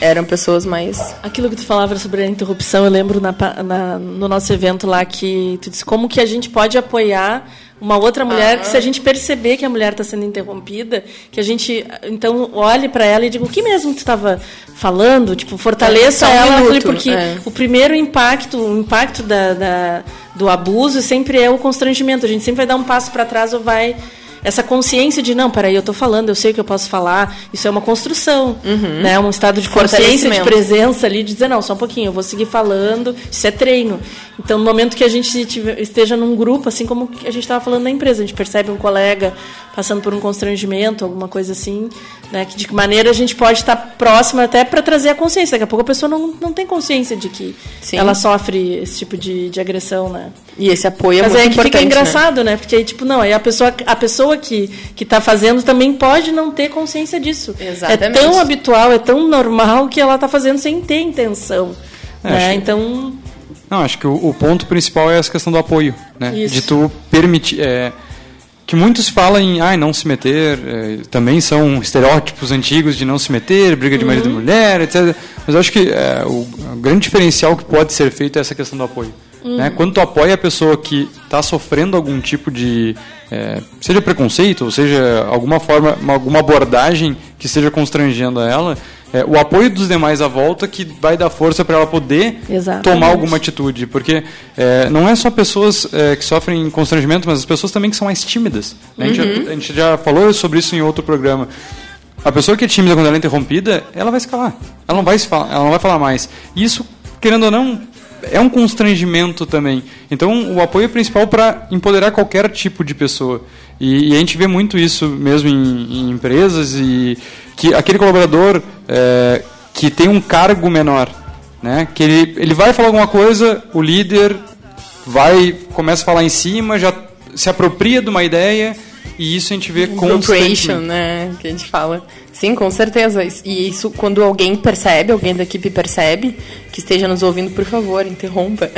eram pessoas mais... Aquilo que tu falava sobre a interrupção, eu lembro no nosso evento lá que tu disse como que a gente pode apoiar uma outra mulher, que se a gente perceber que a mulher está sendo interrompida, que a gente, então, olhe para ela e diga, o que mesmo tu estava falando? Tipo, fortaleça ela, porque o primeiro impacto, do abuso sempre é o constrangimento. A gente sempre vai dar um passo para trás ou vai... Essa consciência de, não, peraí, eu estou falando, eu sei o que eu posso falar, isso é uma construção, né? Um estado de consciência, de presença ali, de dizer, não, só um pouquinho, eu vou seguir falando, isso é treino. Então, no momento que a gente esteja num grupo, assim como a gente estava falando na empresa, a gente percebe um colega passando por um constrangimento, alguma coisa assim, né? Que de que maneira a gente pode estar próximo até para trazer a consciência. Daqui a pouco a pessoa não tem consciência de que ela sofre esse tipo de agressão, né? E esse apoio é muito importante. Mas fica engraçado, né? Porque aí, tipo, não, aí a pessoa que está fazendo também pode não ter consciência disso. Exatamente. É tão habitual, é tão normal que ela está fazendo sem ter intenção. Né? Então... Não, acho que o ponto principal é essa questão do apoio, né? Isso. De tu permitir... que muitos falam em não se meter, também são estereótipos antigos de não se meter, briga de marido e mulher, etc. Mas eu acho que o grande diferencial que pode ser feito é essa questão do apoio. Né? Quando tu apoia a pessoa que está sofrendo algum tipo de... seja preconceito, ou seja, alguma abordagem que esteja constrangendo a ela, o apoio dos demais à volta que vai dar força para ela poder tomar alguma atitude. Porque não é só pessoas que sofrem constrangimento, mas as pessoas também que são mais tímidas. Né? A gente já falou sobre isso em outro programa. A pessoa que é tímida quando ela é interrompida, ela vai se calar. Ela não vai falar mais. E isso, querendo ou não, é um constrangimento também. Então, o apoio é principal para empoderar qualquer tipo de pessoa. E a gente vê muito isso mesmo em empresas, e que aquele colaborador que tem um cargo menor, né, que ele vai falar alguma coisa, o líder começa a falar em cima, já se apropria de uma ideia, e isso a gente vê constantemente. Né, que a gente fala. Sim, com certeza. E isso, quando alguém da equipe percebe, que esteja nos ouvindo, por favor, interrompa.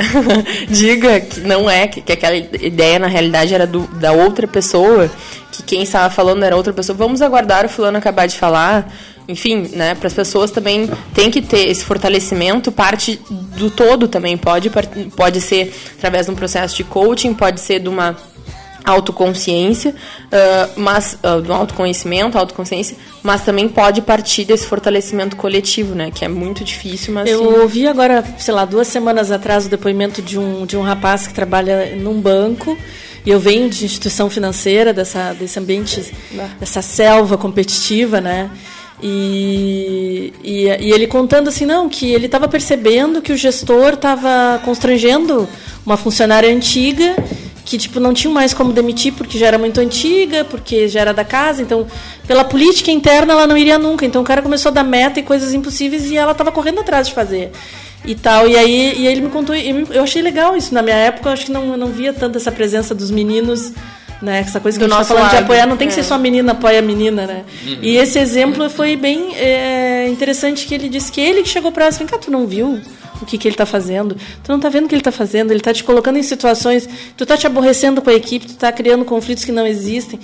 Diga que não que aquela ideia, na realidade, era da outra pessoa, que quem estava falando era outra pessoa. Vamos aguardar o fulano acabar de falar. Enfim, né, para as pessoas também tem que ter esse fortalecimento, parte do todo também. Pode ser através de um processo de coaching, pode ser de uma autoconsciência, mas do autoconhecimento, autoconsciência, mas também pode partir desse fortalecimento coletivo, né, que é muito difícil, mas eu ouvi agora, sei lá, 2 semanas atrás o depoimento de um rapaz que trabalha num banco, e eu venho de instituição financeira, desse ambiente, dessa selva competitiva, né, e ele contando assim, que ele estava percebendo que o gestor estava constrangendo uma funcionária antiga, que tipo não tinha mais como demitir porque já era muito antiga, porque já era da casa, então pela política interna ela não iria nunca, então o cara começou a dar meta e coisas impossíveis e ela estava correndo atrás de fazer e tal, e aí ele me contou, eu achei legal isso. Na minha época eu acho que eu não via tanto essa presença dos meninos, né, essa coisa que a gente está falando de apoiar, não tem que ser só menina apoia a menina, né? E esse exemplo foi bem interessante, que ele disse que ele que chegou para ela assim, tu não viu o que ele está fazendo? Tu não está vendo o que ele está fazendo? Ele está te colocando em situações, tu está te aborrecendo com a equipe, tu está criando conflitos que não existem,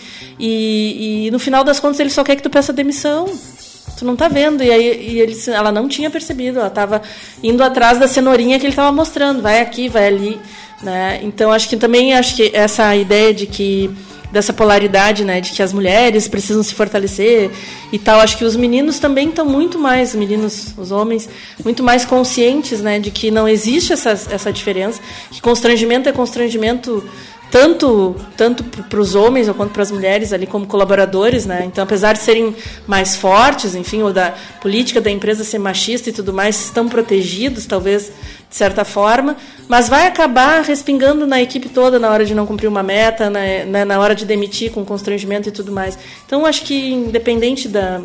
e no final das contas ele só quer que tu peça demissão. Tu não está vendo. E aí ela não tinha percebido, ela estava indo atrás da cenourinha que ele estava mostrando, vai aqui, vai ali, né? Então acho que essa ideia dessa polaridade, né, de que as mulheres precisam se fortalecer e tal, acho que os meninos também estão muito mais, os homens, muito mais conscientes, né, de que não existe essa diferença, que constrangimento é constrangimento tanto para os homens quanto para as mulheres ali como colaboradores, né? Então, apesar de serem mais fortes, enfim, ou da política da empresa ser machista e tudo mais, estão protegidos, talvez, de certa forma, mas vai acabar respingando na equipe toda na hora de não cumprir uma meta, na hora de demitir com constrangimento e tudo mais. Então, acho que independente da...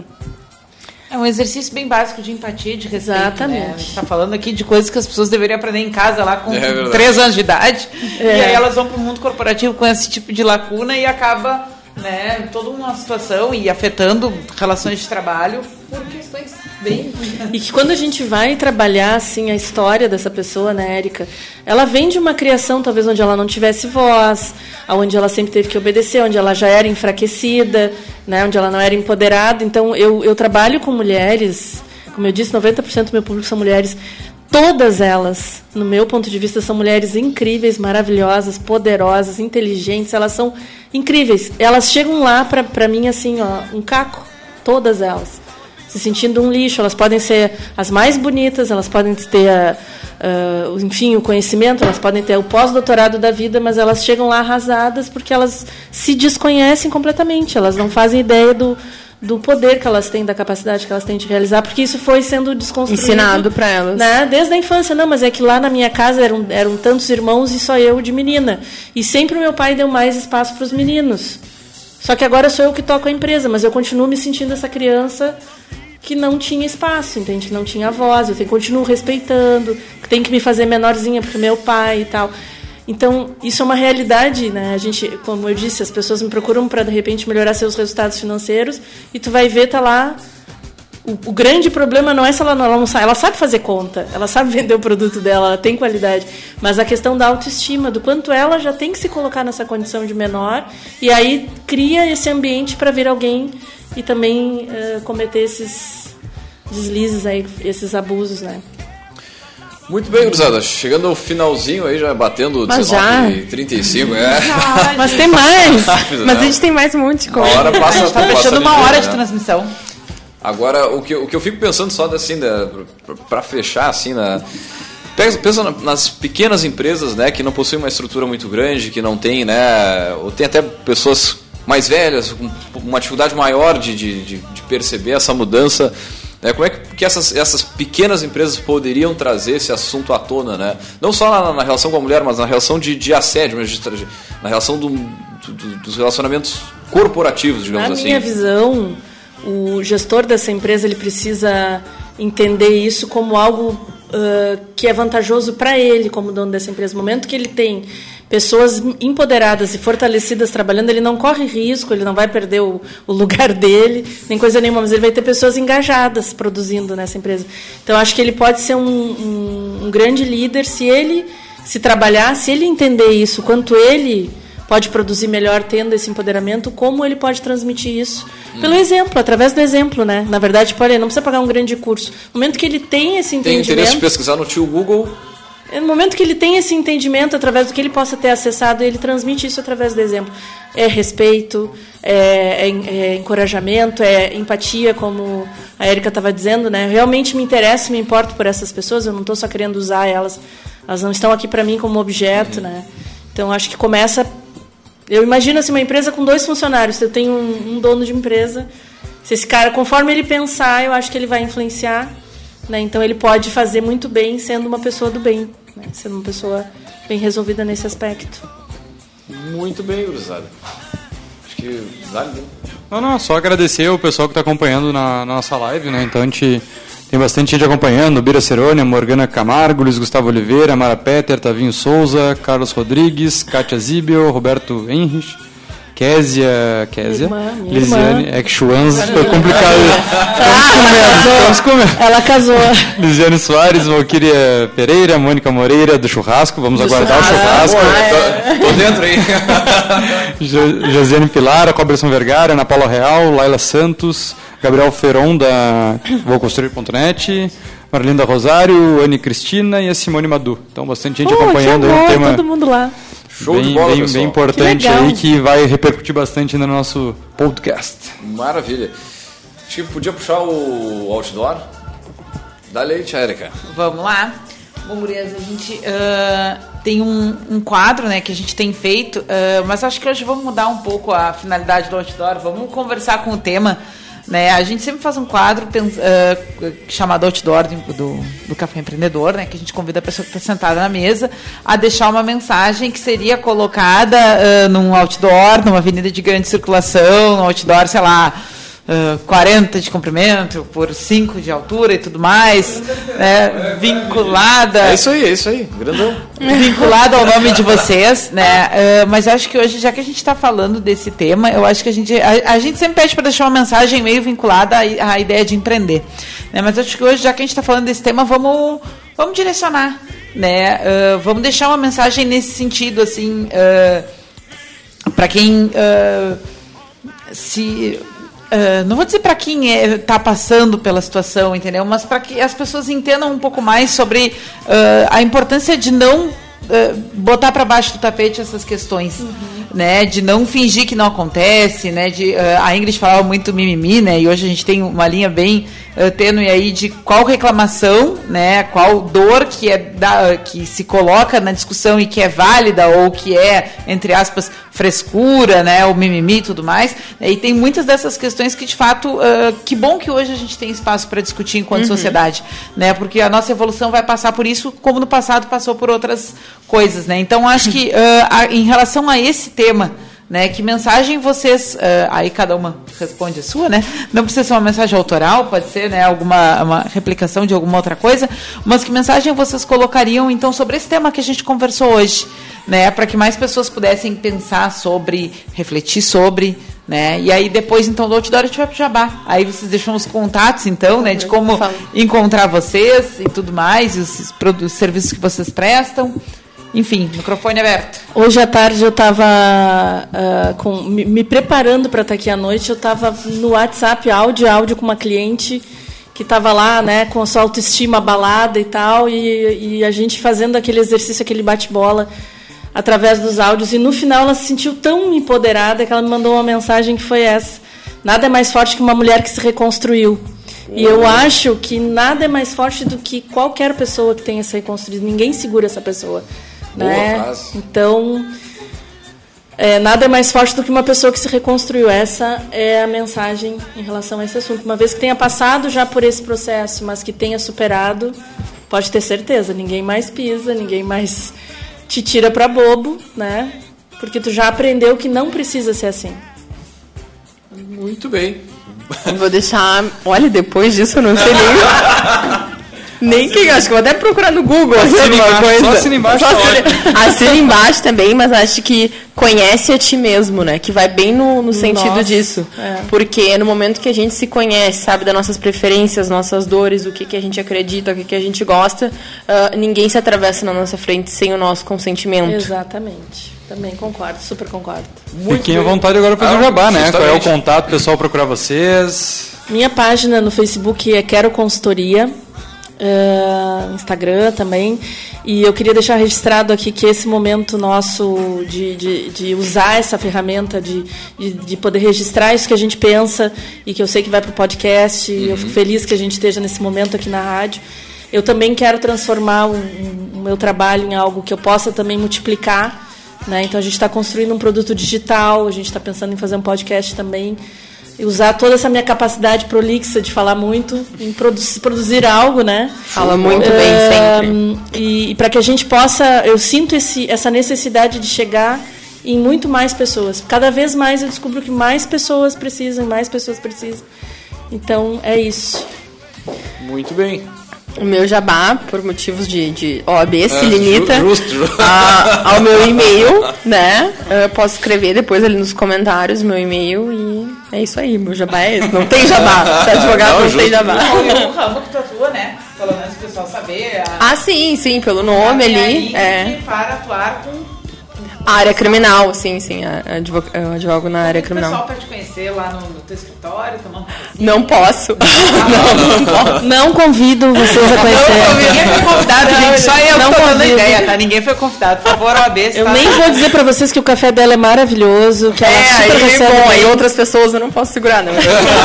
É um exercício bem básico de empatia, de respeito. Exatamente. Né? A gente está falando aqui de coisas que as pessoas deveriam aprender em casa lá com 3 anos de idade. E aí elas vão para o mundo corporativo com esse tipo de lacuna e acaba, né, toda uma situação e afetando relações de trabalho por questões bem... E que quando a gente vai trabalhar assim, a história dessa pessoa, né, Érica, ela vem de uma criação talvez onde ela não tivesse voz, onde ela sempre teve que obedecer, onde ela já era enfraquecida, né, onde ela não era empoderada. Então eu trabalho com mulheres como eu disse, 90% do meu público são mulheres. Todas elas, no meu ponto de vista, são mulheres incríveis, maravilhosas, poderosas, inteligentes. Elas são incríveis. Elas chegam lá para mim assim, ó, um caco. Todas elas. Se sentindo um lixo. Elas podem ser as mais bonitas, elas podem ter, enfim, o conhecimento, elas podem ter o pós-doutorado da vida, mas elas chegam lá arrasadas porque elas se desconhecem completamente. Elas não fazem ideia do poder que elas têm, da capacidade que elas têm de realizar, porque isso foi sendo desconstruído. Ensinado para elas. Né? Desde a infância. Não, mas é que lá na minha casa eram tantos irmãos e só eu de menina. E sempre o meu pai deu mais espaço para os meninos. Só que agora sou eu que toco a empresa, mas eu continuo me sentindo essa criança que não tinha espaço, entende? Que não tinha voz. Eu continuo respeitando, que tem que me fazer menorzinha porque meu pai e tal. Então, isso é uma realidade, né? A gente, como eu disse, as pessoas me procuram para, de repente, melhorar seus resultados financeiros e tu vai ver, tá lá... O grande problema não é se ela não sabe... Ela sabe fazer conta, ela sabe vender o produto dela, ela tem qualidade, mas a questão da autoestima, do quanto ela já tem que se colocar nessa condição de menor, e aí cria esse ambiente para vir alguém e também cometer esses deslizes aí, esses abusos, né? Muito bem, gurizada. Chegando ao finalzinho aí, já batendo 19h35. Mas tem mais. Mas a gente tem mais um monte de coisa. A hora passa, a gente tá fechando uma hora de transmissão. Agora, o que eu fico pensando só assim, para fechar, assim, pensa nas pequenas empresas, né, que não possuem uma estrutura muito grande, que não tem, né, ou tem até pessoas mais velhas, com uma dificuldade maior de perceber essa mudança. Como é que essas pequenas empresas poderiam trazer esse assunto à tona, né? Não só na relação com a mulher, mas na relação de assédio, na relação dos relacionamentos corporativos, digamos assim. Na minha visão, o gestor dessa empresa ele precisa entender isso como algo que é vantajoso para ele, como dono dessa empresa. No momento que ele tem pessoas empoderadas e fortalecidas trabalhando, ele não corre risco, ele não vai perder o lugar dele, nem coisa nenhuma, mas ele vai ter pessoas engajadas produzindo nessa empresa. Então, acho que ele pode ser um grande líder se ele se trabalhar, se ele entender isso, quanto ele pode produzir melhor tendo esse empoderamento, como ele pode transmitir isso pelo exemplo, através do exemplo, né? Na verdade, ele não precisa pagar um grande curso. No momento que ele tem esse entendimento... Tem interesse de pesquisar no tio Google... No momento que ele tem esse entendimento, através do que ele possa ter acessado, ele transmite isso através do exemplo. É respeito, é encorajamento, é empatia, como a Érica estava dizendo, né? Realmente me interesso, me importo por essas pessoas, eu não estou só querendo usar elas, elas não estão aqui para mim como objeto, né? Então, acho que começa... Eu imagino assim, uma empresa com 2 funcionários, eu tenho um dono de empresa, se esse cara, conforme ele pensar, eu acho que ele vai influenciar, né? Então ele pode fazer muito bem sendo uma pessoa do bem, né? Sendo uma pessoa bem resolvida nesse aspecto. Muito bem, gurizada. Acho que vale. Não, só agradecer o pessoal que está acompanhando na nossa live, né? Então a gente tem bastante gente acompanhando: Bira Cerônia, Morgana Camargo, Luiz Gustavo Oliveira, Mara Peter, Tavinho Souza, Carlos Rodrigues, Kátia Zibel, Roberto Henrich, Késia, Lisiane, Exuans, foi complicado. Estamos com medo. Ela casou. Lisiane Soares, Valquíria Pereira, Mônica Moreira, do Churrasco, vamos aguardar o churrasco. Tô dentro aí. Josiane Pilar, Coberson Vergara, Ana Paula Real, Laila Santos, Gabriel Feron, da VouConstruir.net, Marlinda Rosário, Anne Cristina e a Simone Madu. Então, bastante gente acompanhando aí o tema. Todo mundo lá. Show de bola, pessoal. Bem importante aí, que vai repercutir bastante no nosso podcast. Maravilha. Acho que podia puxar o outdoor. Dá-lhe aí, tia Érica. Vamos lá. Bom, gurias, a gente tem um quadro, né, que a gente tem feito, mas acho que hoje vamos mudar um pouco a finalidade do outdoor. Vamos conversar com o tema, né? A gente sempre faz um quadro chamado Outdoor do Café Empreendedor, né? Que a gente convida a pessoa que está sentada na mesa a deixar uma mensagem que seria colocada num outdoor, numa avenida de grande circulação, num outdoor, sei lá, 40 de comprimento por 5 de altura e tudo mais, né? Vinculada. É isso aí, grandão. Vinculada ao nome de vocês, né? Mas acho que hoje, já que a gente está falando desse tema, eu acho que a gente sempre pede para deixar uma mensagem meio vinculada à ideia de empreender, né? Mas acho que hoje, já que a gente está falando desse tema, vamos direcionar, né? Vamos deixar uma mensagem nesse sentido, assim, para quem não vou dizer para quem está passando pela situação, entendeu? Mas para que as pessoas entendam um pouco mais sobre a importância de não botar para baixo do tapete essas questões, né? De não fingir que não acontece, né? A Ingrid falava muito mimimi, né? E hoje a gente tem uma linha bem tênue aí de qual reclamação, né? Qual dor que se coloca na discussão e que é válida ou que é, entre aspas, frescura, né? O mimimi e tudo mais. E tem muitas dessas questões que, de fato, que bom que hoje a gente tem espaço para discutir enquanto sociedade, né? Porque a nossa evolução vai passar por isso, como no passado passou por outras coisas, né? Então, acho que em relação a esse tema, né, que mensagem vocês, aí cada uma responde a sua, né? Não precisa ser uma mensagem autoral, pode ser, né, uma replicação de alguma outra coisa, mas que mensagem vocês colocariam, então, sobre esse tema que a gente conversou hoje, né, para que mais pessoas pudessem pensar sobre, refletir sobre, né, e aí depois, então, do Outdoor a gente vai pro Jabá, aí vocês deixam os contatos, então, né, de como encontrar vocês e tudo mais, e os serviços que vocês prestam. Enfim, microfone aberto. Hoje à tarde eu estava me preparando para estar aqui à noite. Eu estava no WhatsApp, áudio com uma cliente que estava lá, né, com a sua autoestima abalada e tal, e a gente fazendo aquele exercício, aquele bate-bola através dos áudios. E no final ela se sentiu tão empoderada que ela me mandou uma mensagem que foi essa: nada é mais forte que uma mulher que se reconstruiu. E eu acho que nada é mais forte do que qualquer pessoa que tenha se reconstruído. Ninguém segura essa pessoa. Né? Então, nada é mais forte do que uma pessoa que se reconstruiu. Essa é a mensagem em relação a esse assunto. Uma vez que tenha passado já por esse processo, mas que tenha superado, pode ter certeza, ninguém mais pisa, ninguém mais te tira para bobo, né? Porque tu já aprendeu que não precisa ser assim. Muito bem. Vou deixar... Olha, depois disso eu não sei nem que acho que vou até procurar no Google alguma coisa. Só assina embaixo. Assina embaixo também, mas acho que conhece a ti mesmo, né? Que vai bem no sentido disso. Porque no momento que a gente se conhece, sabe, das nossas preferências, nossas dores, o que a gente acredita, o que a gente gosta, ninguém se atravessa na nossa frente sem o nosso consentimento. Exatamente. Também concordo, super concordo. Fiquem à vontade agora para fazer o Jabá, né? Qual é o contato pessoal procurar vocês? Minha página no Facebook é Quero Consultoria. Instagram também, e eu queria deixar registrado aqui que esse momento nosso de usar essa ferramenta, de poder registrar isso que a gente pensa e que eu sei que vai para o podcast, eu fico feliz que a gente esteja nesse momento aqui na rádio. Eu também quero transformar o meu trabalho em algo que eu possa também multiplicar, né? Então a gente está construindo um produto digital, a gente está pensando em fazer um podcast também, e usar toda essa minha capacidade prolixa de falar muito, em produzir algo, né? Fala muito bem sempre. E para que a gente possa... Eu sinto essa necessidade de chegar em muito mais pessoas. Cada vez mais eu descubro que mais pessoas precisam. Então, é isso. Muito bem. O meu jabá, por motivos de OAB, se limita ao meu e-mail, né? Eu posso escrever depois ali nos comentários meu e-mail e é isso aí. Meu jabá é esse. Não tem jabá. Se é advogado, não tem jabá. É um ramo que tu atua, né? Pelo menos o pessoal saber. Sim, pelo nome ali. Para atuar com... A área criminal, sim. Eu advogo na área criminal. O pessoal pode conhecer lá no teu escritório, tomando Não posso. Não convido vocês a conhecer. Ninguém foi convidado, gente. Só eu não tô dando ideia, tá? Ninguém foi convidado. Por favor, OAB. Eu nem vou dizer pra vocês que o café dela é maravilhoso, que ela super recebe bom. bem. E outras pessoas eu não posso segurar, não.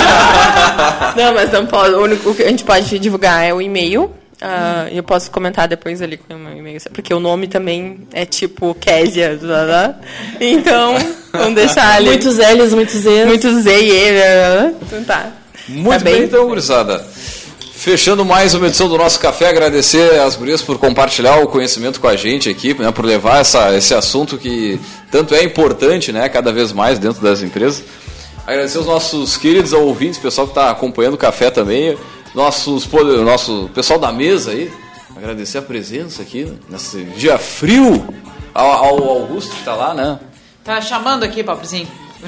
Não, mas não posso. O único que a gente pode divulgar é o e-mail. Eu posso comentar depois ali com o meu e-mail, porque o nome também é tipo Késia, então vamos deixar ali. Muitos L's, muitos E's. Muitos Z e E, então tá. Muito bem, então, gurizada. Fechando mais uma edição do nosso café, agradecer às gurias por compartilhar o conhecimento com a gente aqui, né, por levar esse assunto que tanto é importante, né, cada vez mais dentro das empresas. Agradecer aos nossos queridos ouvintes, pessoal que está acompanhando o café também. Nosso pessoal da mesa aí, agradecer a presença aqui, né, nesse dia frio, ao Augusto que está lá, né? Tá chamando aqui, pobrezinho.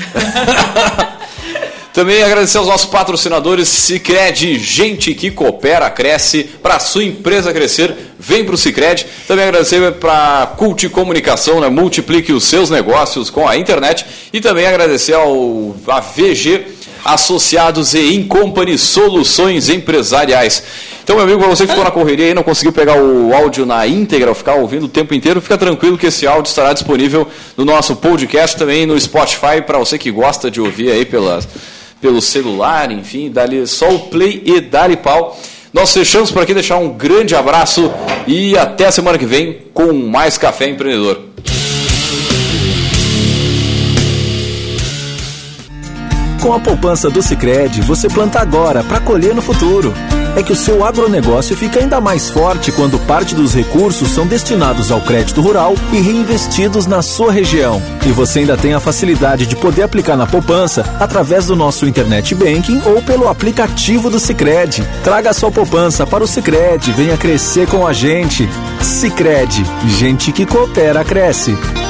Também agradecer aos nossos patrocinadores Sicredi, gente que coopera, cresce, para a sua empresa crescer, vem para o Sicredi. Também agradecer para a Cult Comunicação, né, multiplique os seus negócios com a internet. E também agradecer a VG Associados e Incompany Soluções Empresariais. Então, meu amigo, para você que ficou na correria e não conseguiu pegar o áudio na íntegra, ficar ouvindo o tempo inteiro, fica tranquilo que esse áudio estará disponível no nosso podcast, também no Spotify, para você que gosta de ouvir aí pelo celular, enfim, dá-lhe só o play e dá-lhe pau. Nós fechamos por aqui, deixar um grande abraço e até a semana que vem com mais Café Empreendedor. Com a poupança do Sicredi, você planta agora para colher no futuro. É que o seu agronegócio fica ainda mais forte quando parte dos recursos são destinados ao crédito rural e reinvestidos na sua região. E você ainda tem a facilidade de poder aplicar na poupança através do nosso Internet Banking ou pelo aplicativo do Sicredi. Traga a sua poupança para o Sicredi, venha crescer com a gente. Sicredi, gente que coopera, cresce.